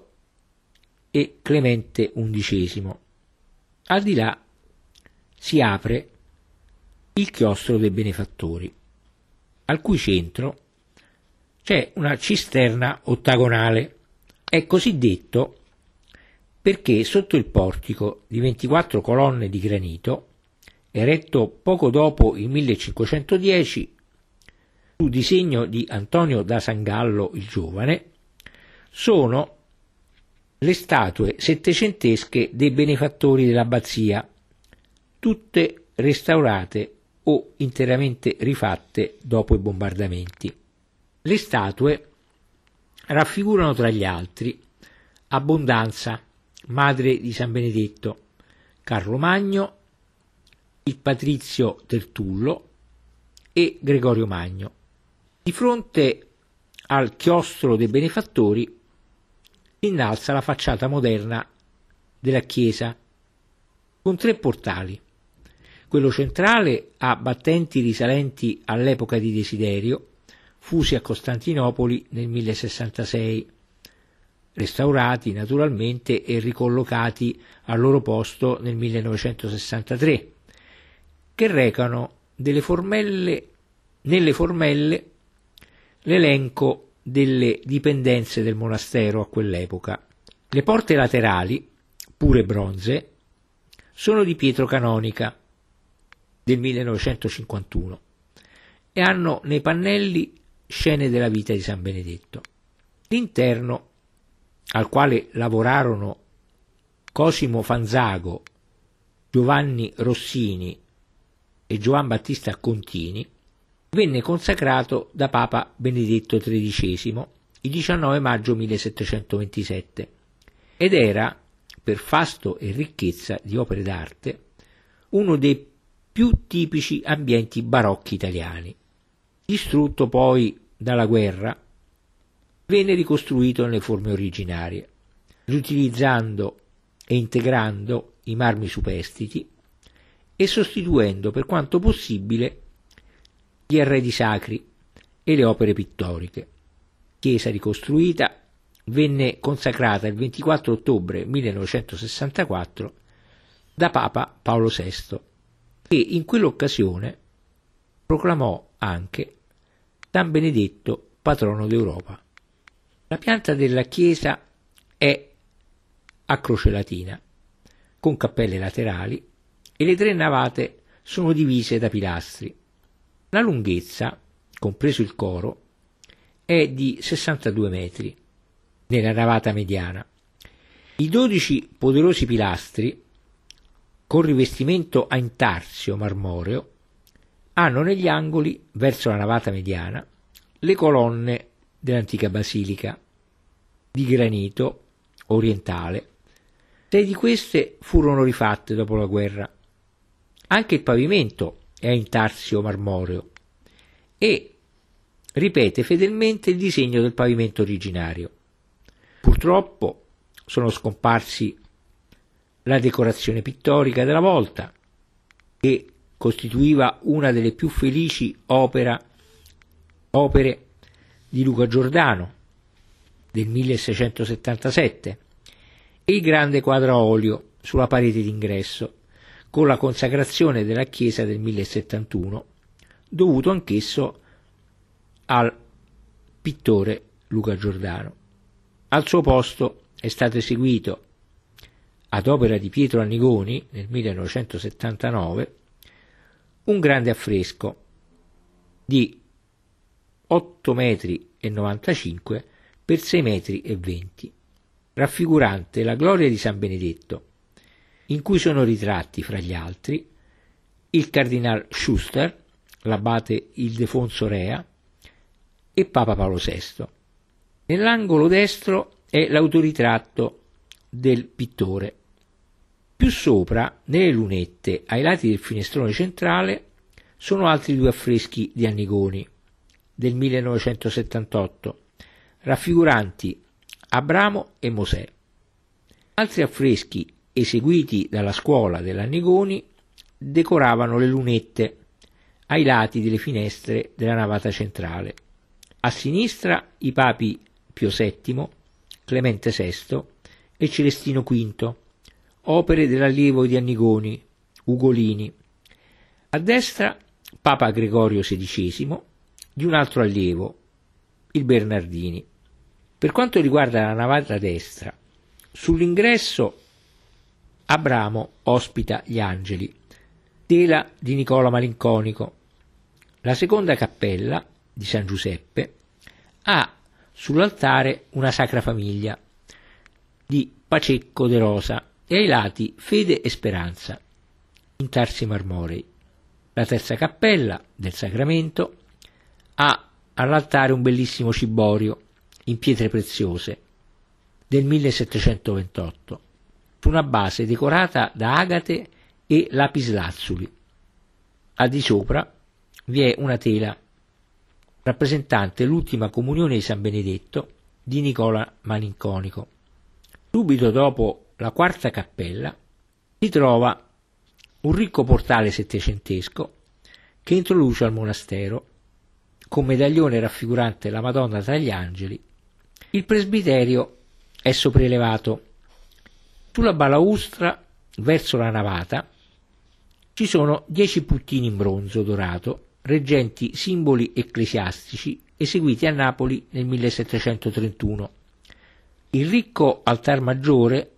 e Clemente XI. Al di là si apre il chiostro dei benefattori, al cui centro c'è una cisterna ottagonale. È così detto perché sotto il portico di 24 colonne di granito, eretto poco dopo il 1510 su disegno di Antonio da Sangallo il Giovane, sono le statue settecentesche dei benefattori dell'abbazia, tutte restaurate o interamente rifatte dopo i bombardamenti. Le statue raffigurano tra gli altri Abbondanza, madre di San Benedetto, Carlo Magno, il patrizio Tertullo e Gregorio Magno. Di fronte al chiostro dei benefattori si innalza la facciata moderna della chiesa con 3 portali. Quello centrale ha battenti risalenti all'epoca di Desiderio, fusi a Costantinopoli nel 1066, restaurati naturalmente e ricollocati al loro posto nel 1963, che recano nelle formelle l'elenco delle dipendenze del monastero a quell'epoca. Le porte laterali, pure bronze, sono di pietra canonica del 1951 e hanno nei pannelli scene della vita di San Benedetto. L'interno, al quale lavorarono Cosimo Fanzago, Giovanni Rossini e Giovan Battista Contini, venne consacrato da Papa Benedetto XIII il 19 maggio 1727 ed era, per fasto e ricchezza di opere d'arte, uno dei più tipici ambienti barocchi italiani. Distrutto poi dalla guerra, venne ricostruito nelle forme originarie, riutilizzando e integrando i marmi superstiti e sostituendo per quanto possibile gli arredi sacri e le opere pittoriche. Chiesa ricostruita, venne consacrata il 24 ottobre 1964 da Papa Paolo VI, che in quell'occasione proclamò anche San Benedetto patrono d'Europa. La pianta della chiesa è a croce latina, con cappelle laterali, e le 3 navate sono divise da pilastri. La lunghezza, compreso il coro, è di 62 metri nella navata mediana. I 12 poderosi pilastri, con rivestimento a intarsio marmoreo, hanno negli angoli, verso la navata mediana, le colonne dell'antica basilica, di granito orientale. 6 di queste furono rifatte dopo la guerra. Anche il pavimento è a intarsio marmoreo e ripete fedelmente il disegno del pavimento originario. Purtroppo sono scomparsi la decorazione pittorica della volta, che costituiva una delle più felici opere di Luca Giordano del 1677, e il grande quadro a olio sulla parete d'ingresso, con la consacrazione della chiesa del 1071, dovuto anch'esso al pittore Luca Giordano. Al suo posto è stato eseguito, ad opera di Pietro Annigoni nel 1979, un grande affresco di 8,95 metri per 6,20 metri, raffigurante la gloria di San Benedetto, in cui sono ritratti, fra gli altri, il cardinal Schuster, l'abate Ildefonso Rea e Papa Paolo VI. Nell'angolo destro è l'autoritratto del pittore. Più sopra, nelle lunette, ai lati del finestrone centrale, sono altri due affreschi di Annigoni, del 1978, raffiguranti Abramo e Mosè. Altri affreschi eseguiti dalla scuola dell'Annigoni decoravano le lunette ai lati delle finestre della navata centrale. A sinistra i papi Pio VII, Clemente VI e Celestino V, opere dell'allievo di Annigoni, Ugolini. A destra Papa Gregorio XVI, di un altro allievo, il Bernardini. Per quanto riguarda la navata destra, sull'ingresso Abramo ospita gli angeli, tela di Nicola Malinconico. La seconda cappella, di San Giuseppe, ha sull'altare una Sacra Famiglia, di Pacecco de Rosa, e ai lati Fede e Speranza, in tarsi marmorei. La terza cappella, del Sacramento, ha all'altare un bellissimo ciborio in pietre preziose del 1728, su una base decorata da agate e lapislazzuli. Al di sopra vi è una tela rappresentante l'ultima comunione di San Benedetto di Nicola Malinconico. Subito dopo la quarta cappella si trova un ricco portale settecentesco che introduce al monastero, con medaglione raffigurante la Madonna tra gli angeli. Il presbiterio è sopraelevato. Sulla balaustra, verso la navata, ci sono 10 puttini in bronzo dorato, reggenti simboli ecclesiastici eseguiti a Napoli nel 1731. Il ricco altar maggiore,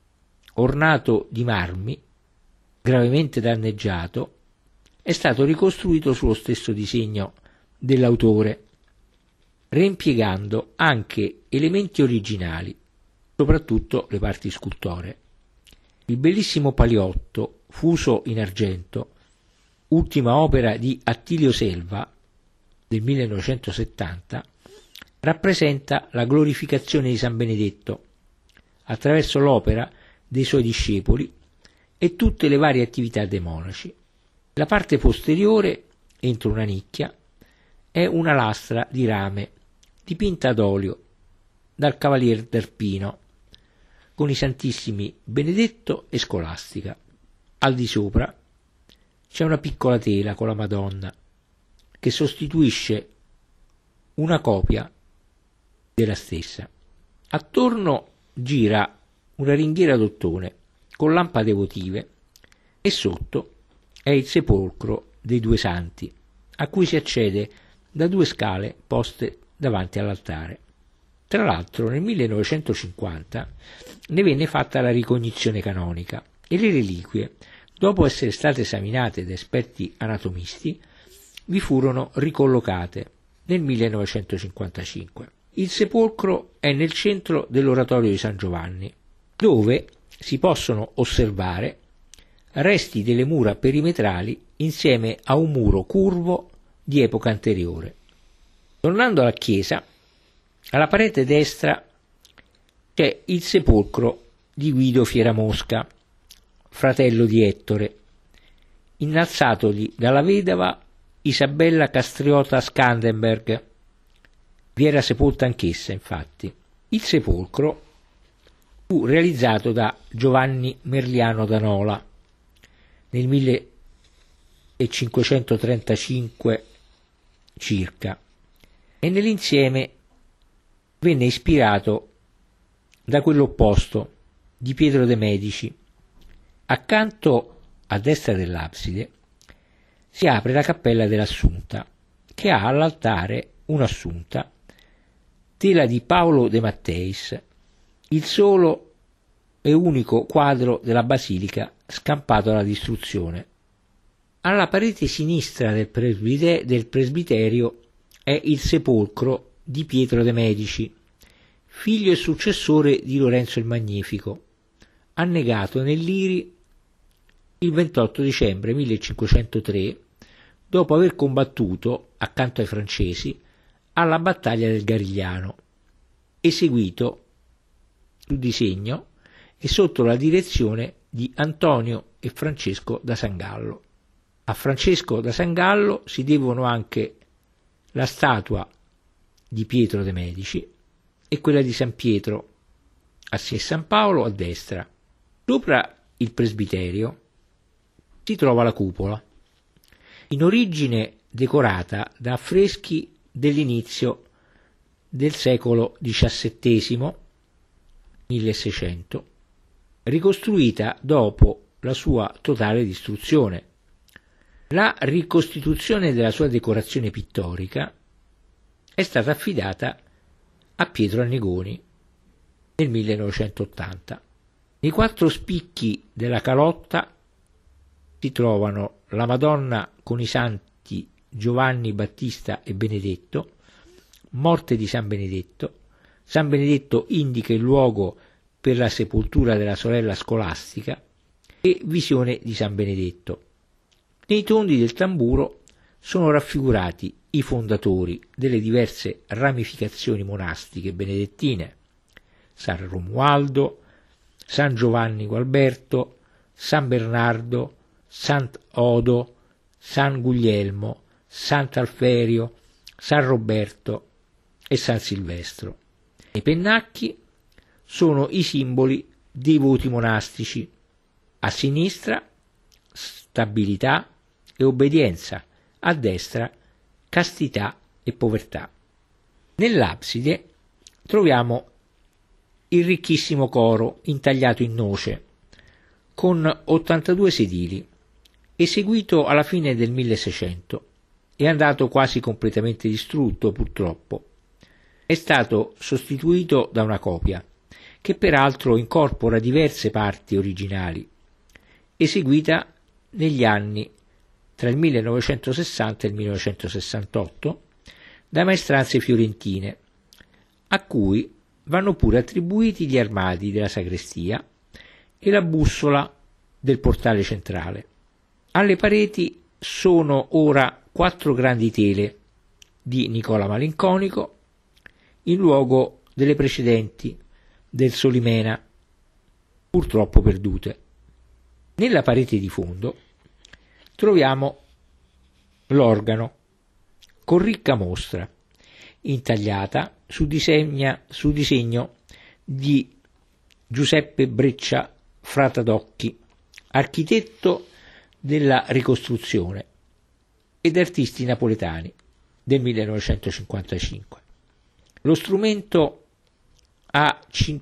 ornato di marmi, gravemente danneggiato, è stato ricostruito sullo stesso disegno dell'autore, reimpiegando anche elementi originali, soprattutto le parti scultoree. Il bellissimo paliotto, fuso in argento, ultima opera di Attilio Selva del 1970, rappresenta la glorificazione di San Benedetto attraverso l'opera dei suoi discepoli e tutte le varie attività dei monaci. La parte posteriore, entro una nicchia, è una lastra di rame dipinta ad olio dal cavalier d'Arpino con i Santissimi Benedetto e Scolastica. Al di sopra c'è una piccola tela con la Madonna che sostituisce una copia della stessa. Attorno gira una ringhiera d'ottone con lampade votive e sotto è il sepolcro dei due santi, a cui si accede da 2 scale poste davanti all'altare. Tra l'altro nel 1950 ne venne fatta la ricognizione canonica e le reliquie, dopo essere state esaminate da esperti anatomisti, vi furono ricollocate nel 1955. Il sepolcro è nel centro dell'oratorio di San Giovanni, dove si possono osservare resti delle mura perimetrali insieme a un muro curvo di epoca anteriore. Tornando alla chiesa, alla parete destra c'è il sepolcro di Guido Fieramosca, fratello di Ettore, innalzatogli dalla vedova Isabella Castriota Scandenberg. Vi era sepolta anch'essa, infatti. Il sepolcro fu realizzato da Giovanni Merliano da Nola nel 1535 circa e nell'insieme venne ispirato da quello opposto di Pietro de' Medici. Accanto a destra dell'abside, si apre la cappella dell'Assunta, che ha all'altare un'Assunta, tela di Paolo de Matteis, il solo e unico quadro della basilica scampato alla distruzione. Alla parete sinistra del presbiterio è il sepolcro di Pietro de' Medici, figlio e successore di Lorenzo il Magnifico, annegato nell'Iri il 28 dicembre 1503, dopo aver combattuto, accanto ai francesi, alla battaglia del Garigliano, eseguito su disegno e sotto la direzione di Antonio e Francesco da Sangallo. A Francesco da Sangallo si devono anche la statua di Pietro de' Medici e quella di San Pietro a San Paolo a destra. Sopra il presbiterio si trova la cupola, in origine decorata da affreschi dell'inizio del secolo XVII, 1600, ricostruita dopo la sua totale distruzione. La ricostituzione della sua decorazione pittorica è stata affidata a Pietro Annigoni nel 1980. Nei 4 spicchi della calotta si trovano la Madonna con i santi Giovanni Battista e Benedetto, morte di San Benedetto. San Benedetto indica il luogo per la sepoltura della sorella scolastica e visione di San Benedetto. Nei tondi del tamburo sono raffigurati i fondatori delle diverse ramificazioni monastiche benedettine: San Romualdo, San Giovanni Gualberto, San Bernardo, Sant'Odo, San Guglielmo, Sant'Alferio, San Roberto e San Silvestro. Nei pennacchi sono i simboli dei voti monastici: a sinistra stabilità e obbedienza, a destra castità e povertà. Nell'abside troviamo il ricchissimo coro intagliato in noce, con 82 sedili, eseguito alla fine del 1600 e andato quasi completamente distrutto purtroppo. È stato sostituito da una copia, che peraltro incorpora diverse parti originali, eseguita negli anni tra il 1960 e il 1968 da maestranze fiorentine, a cui vanno pure attribuiti gli armadi della sagrestia e la bussola del portale centrale. Alle pareti sono ora 4 grandi tele di Nicola Malinconico, in luogo delle precedenti del Solimena, purtroppo perdute. Nella parete di fondo troviamo l'organo con ricca mostra, intagliata su disegno di Giuseppe Breccia Fratadocchi, architetto della ricostruzione, ed artisti napoletani del 1955. Lo strumento ha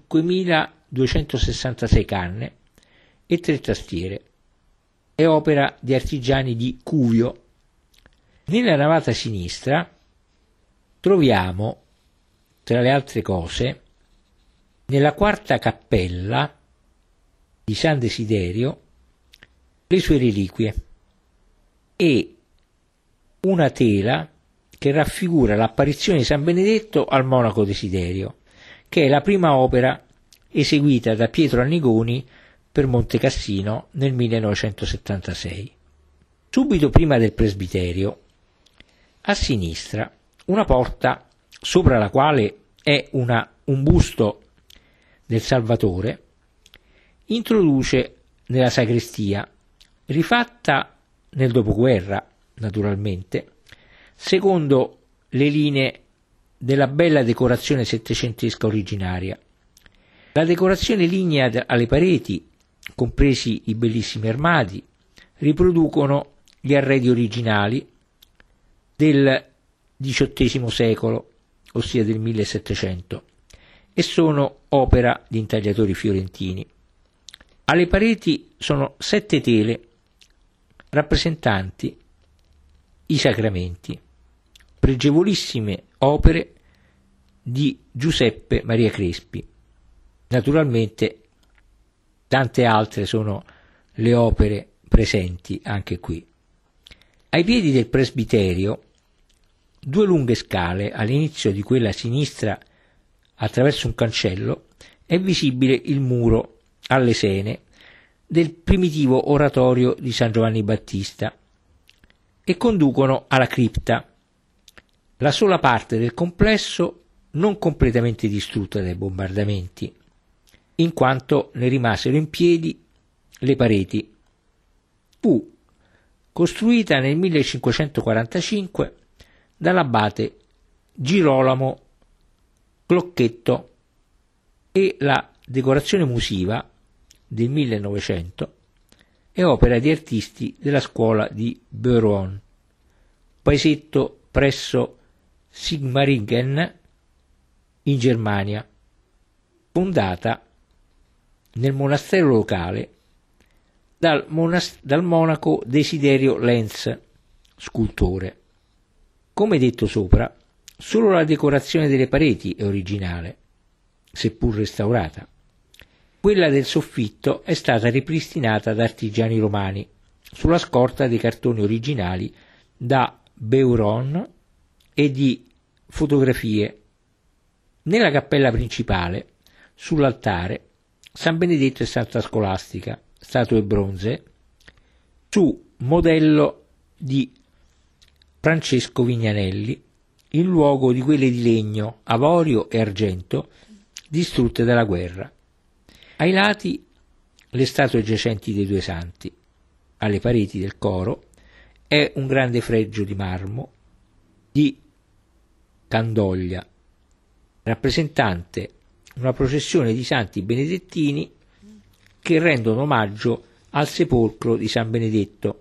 5.266 canne e 3 tastiere. È opera di artigiani di Cuvio. Nella navata sinistra troviamo, tra le altre cose, nella 4ª cappella di San Desiderio, le sue reliquie e una tela che raffigura l'apparizione di San Benedetto al monaco Desiderio, che è la prima opera eseguita da Pietro Annigoni per Monte Cassino nel 1976. Subito prima del presbiterio, a sinistra, una porta sopra la quale è un busto del Salvatore, introduce nella sagrestia, rifatta nel dopoguerra naturalmente, secondo le linee della bella decorazione settecentesca originaria. La decorazione lignea alle pareti, compresi i bellissimi armadi, riproducono gli arredi originali del XVIII secolo, ossia del 1700, e sono opera di intagliatori fiorentini. Alle pareti sono 7 tele rappresentanti i sacramenti, pregevolissime opere di Giuseppe Maria Crespi. Naturalmente tante altre sono le opere presenti anche qui. Ai piedi del presbiterio, 2 lunghe scale, all'inizio di quella a sinistra, attraverso un cancello, è visibile il muro a lesene del primitivo oratorio di San Giovanni Battista e conducono alla cripta, la sola parte del complesso non completamente distrutta dai bombardamenti, in quanto ne rimasero in piedi le pareti. Fu costruita nel 1545 dall'abate Girolamo Clocchetto e la decorazione musiva del 1900 è opera di artisti della scuola di Beuron, paesetto presso Sigmaringen in Germania, fondata nel monastero locale dal monaco Desiderio Lenz, scultore. Come detto sopra, solo la decorazione delle pareti è originale, seppur restaurata. Quella del soffitto è stata ripristinata da artigiani romani, sulla scorta dei cartoni originali da Beuron e di fotografie. Nella cappella principale, sull'altare, San Benedetto e Santa Scolastica, statue bronze, su modello di Francesco Vignanelli, in luogo di quelle di legno, avorio e argento distrutte dalla guerra. Ai lati le statue giacenti dei 2 santi. Alle pareti del coro è un grande fregio di marmo di Candoglia, rappresentante una processione di santi benedettini che rendono omaggio al sepolcro di San Benedetto,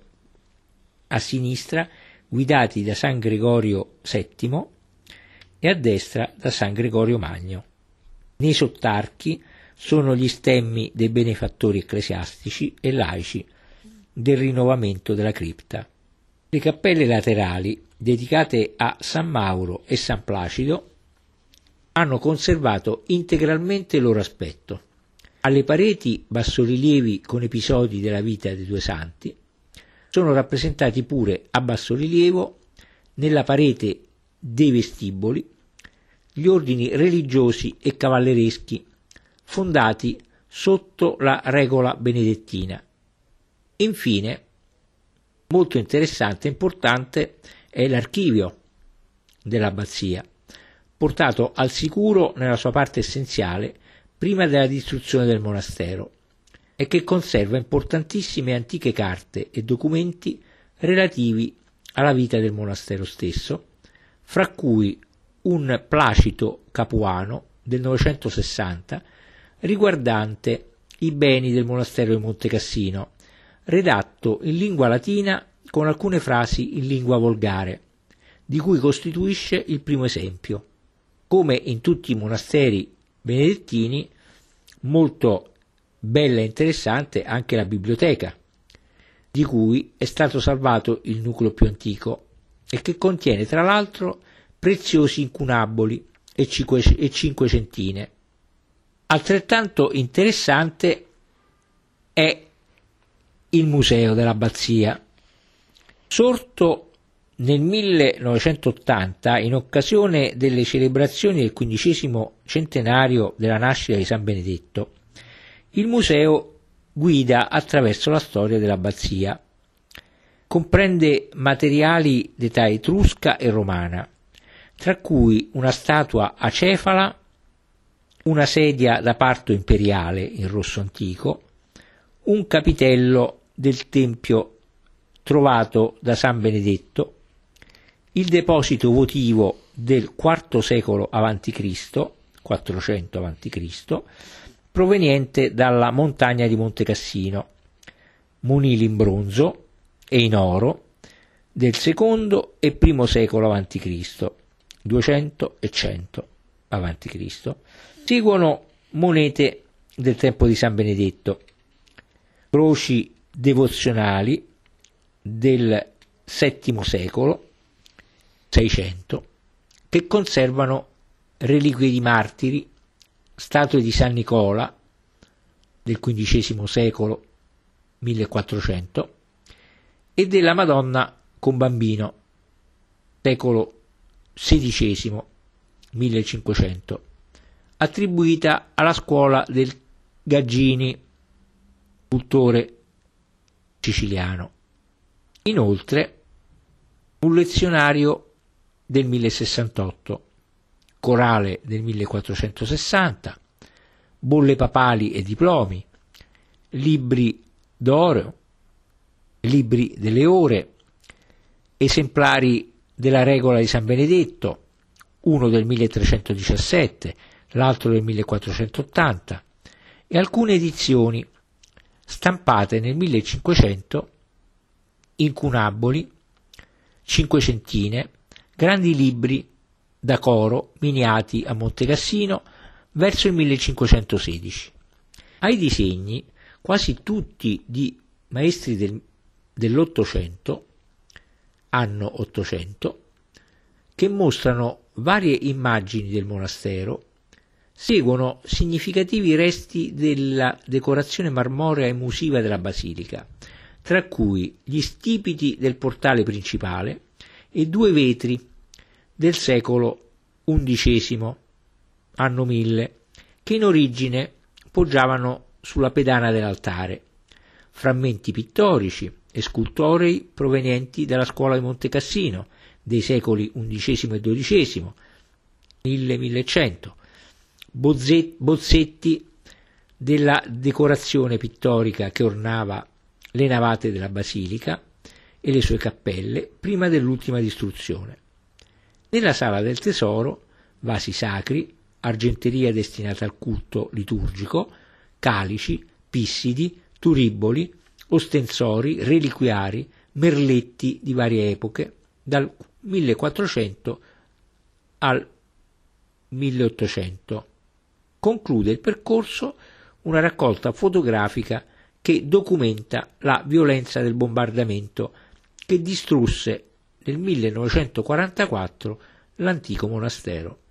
a sinistra guidati da San Gregorio VII e a destra da San Gregorio Magno. Nei sottarchi sono gli stemmi dei benefattori ecclesiastici e laici del rinnovamento della cripta. Le cappelle laterali, dedicate a San Mauro e San Placido, hanno conservato integralmente il loro aspetto. Alle pareti bassorilievi con episodi della vita dei 2 santi sono rappresentati pure a bassorilievo, nella parete dei vestiboli, gli ordini religiosi e cavallereschi fondati sotto la regola benedettina. Infine, molto interessante e importante è l'archivio dell'abbazia, portato al sicuro nella sua parte essenziale prima della distruzione del monastero, e che conserva importantissime antiche carte e documenti relativi alla vita del monastero stesso, fra cui un Placito Capuano del 960 riguardante i beni del monastero di Monte Cassino, redatto in lingua latina con alcune frasi in lingua volgare, di cui costituisce il primo esempio. Come in tutti i monasteri benedettini, molto bella e interessante anche la biblioteca, di cui è stato salvato il nucleo più antico e che contiene tra l'altro preziosi incunaboli e cinquecentine. Altrettanto interessante è il museo dell'abbazia. Sorto nel 1980 in occasione delle celebrazioni del 15° centenario della nascita di San Benedetto, il museo guida attraverso la storia dell'abbazia. Comprende materiali d'età etrusca e romana, tra cui una statua acefala, una sedia da parto imperiale in rosso antico, un capitello del tempio trovato da San Benedetto, il deposito votivo del IV secolo a.C., 400 a.C., proveniente dalla montagna di Monte Cassino, monili in bronzo e in oro del II e I secolo a.C., 200 e 100 a.C. Seguono monete del tempo di San Benedetto, croci devozionali del VII secolo 600 che conservano reliquie di martiri, statue di San Nicola del XV secolo 1400 e della Madonna con Bambino secolo XVI 1500, attribuita alla scuola del Gaggini, scultore siciliano. Inoltre un lezionario del 1068, corale del 1460, bolle papali e diplomi, libri d'oro, libri delle ore, esemplari della regola di San Benedetto, uno del 1317, l'altro del 1480, e alcune edizioni stampate nel 1500, incunaboli, cinquecentine, grandi libri da coro miniati a Montecassino verso il 1516. Ai disegni, quasi tutti di maestri dell'Ottocento, anno 800, che mostrano varie immagini del monastero, seguono significativi resti della decorazione marmorea e musiva della basilica, tra cui gli stipiti del portale principale e due vetri del secolo XI, anno 1000, che in origine poggiavano sulla pedana dell'altare, frammenti pittorici e scultorei provenienti dalla scuola di Montecassino dei secoli XI e XII, 1100, bozzetti della decorazione pittorica che ornava le navate della basilica e le sue cappelle prima dell'ultima distruzione. Nella sala del tesoro vasi sacri, argenteria destinata al culto liturgico, calici, pissidi, turiboli, ostensori, reliquiari, merletti di varie epoche, dal 1400 al 1800. Conclude il percorso una raccolta fotografica che documenta la violenza del bombardamento che distrusse nel 1944 l'antico monastero.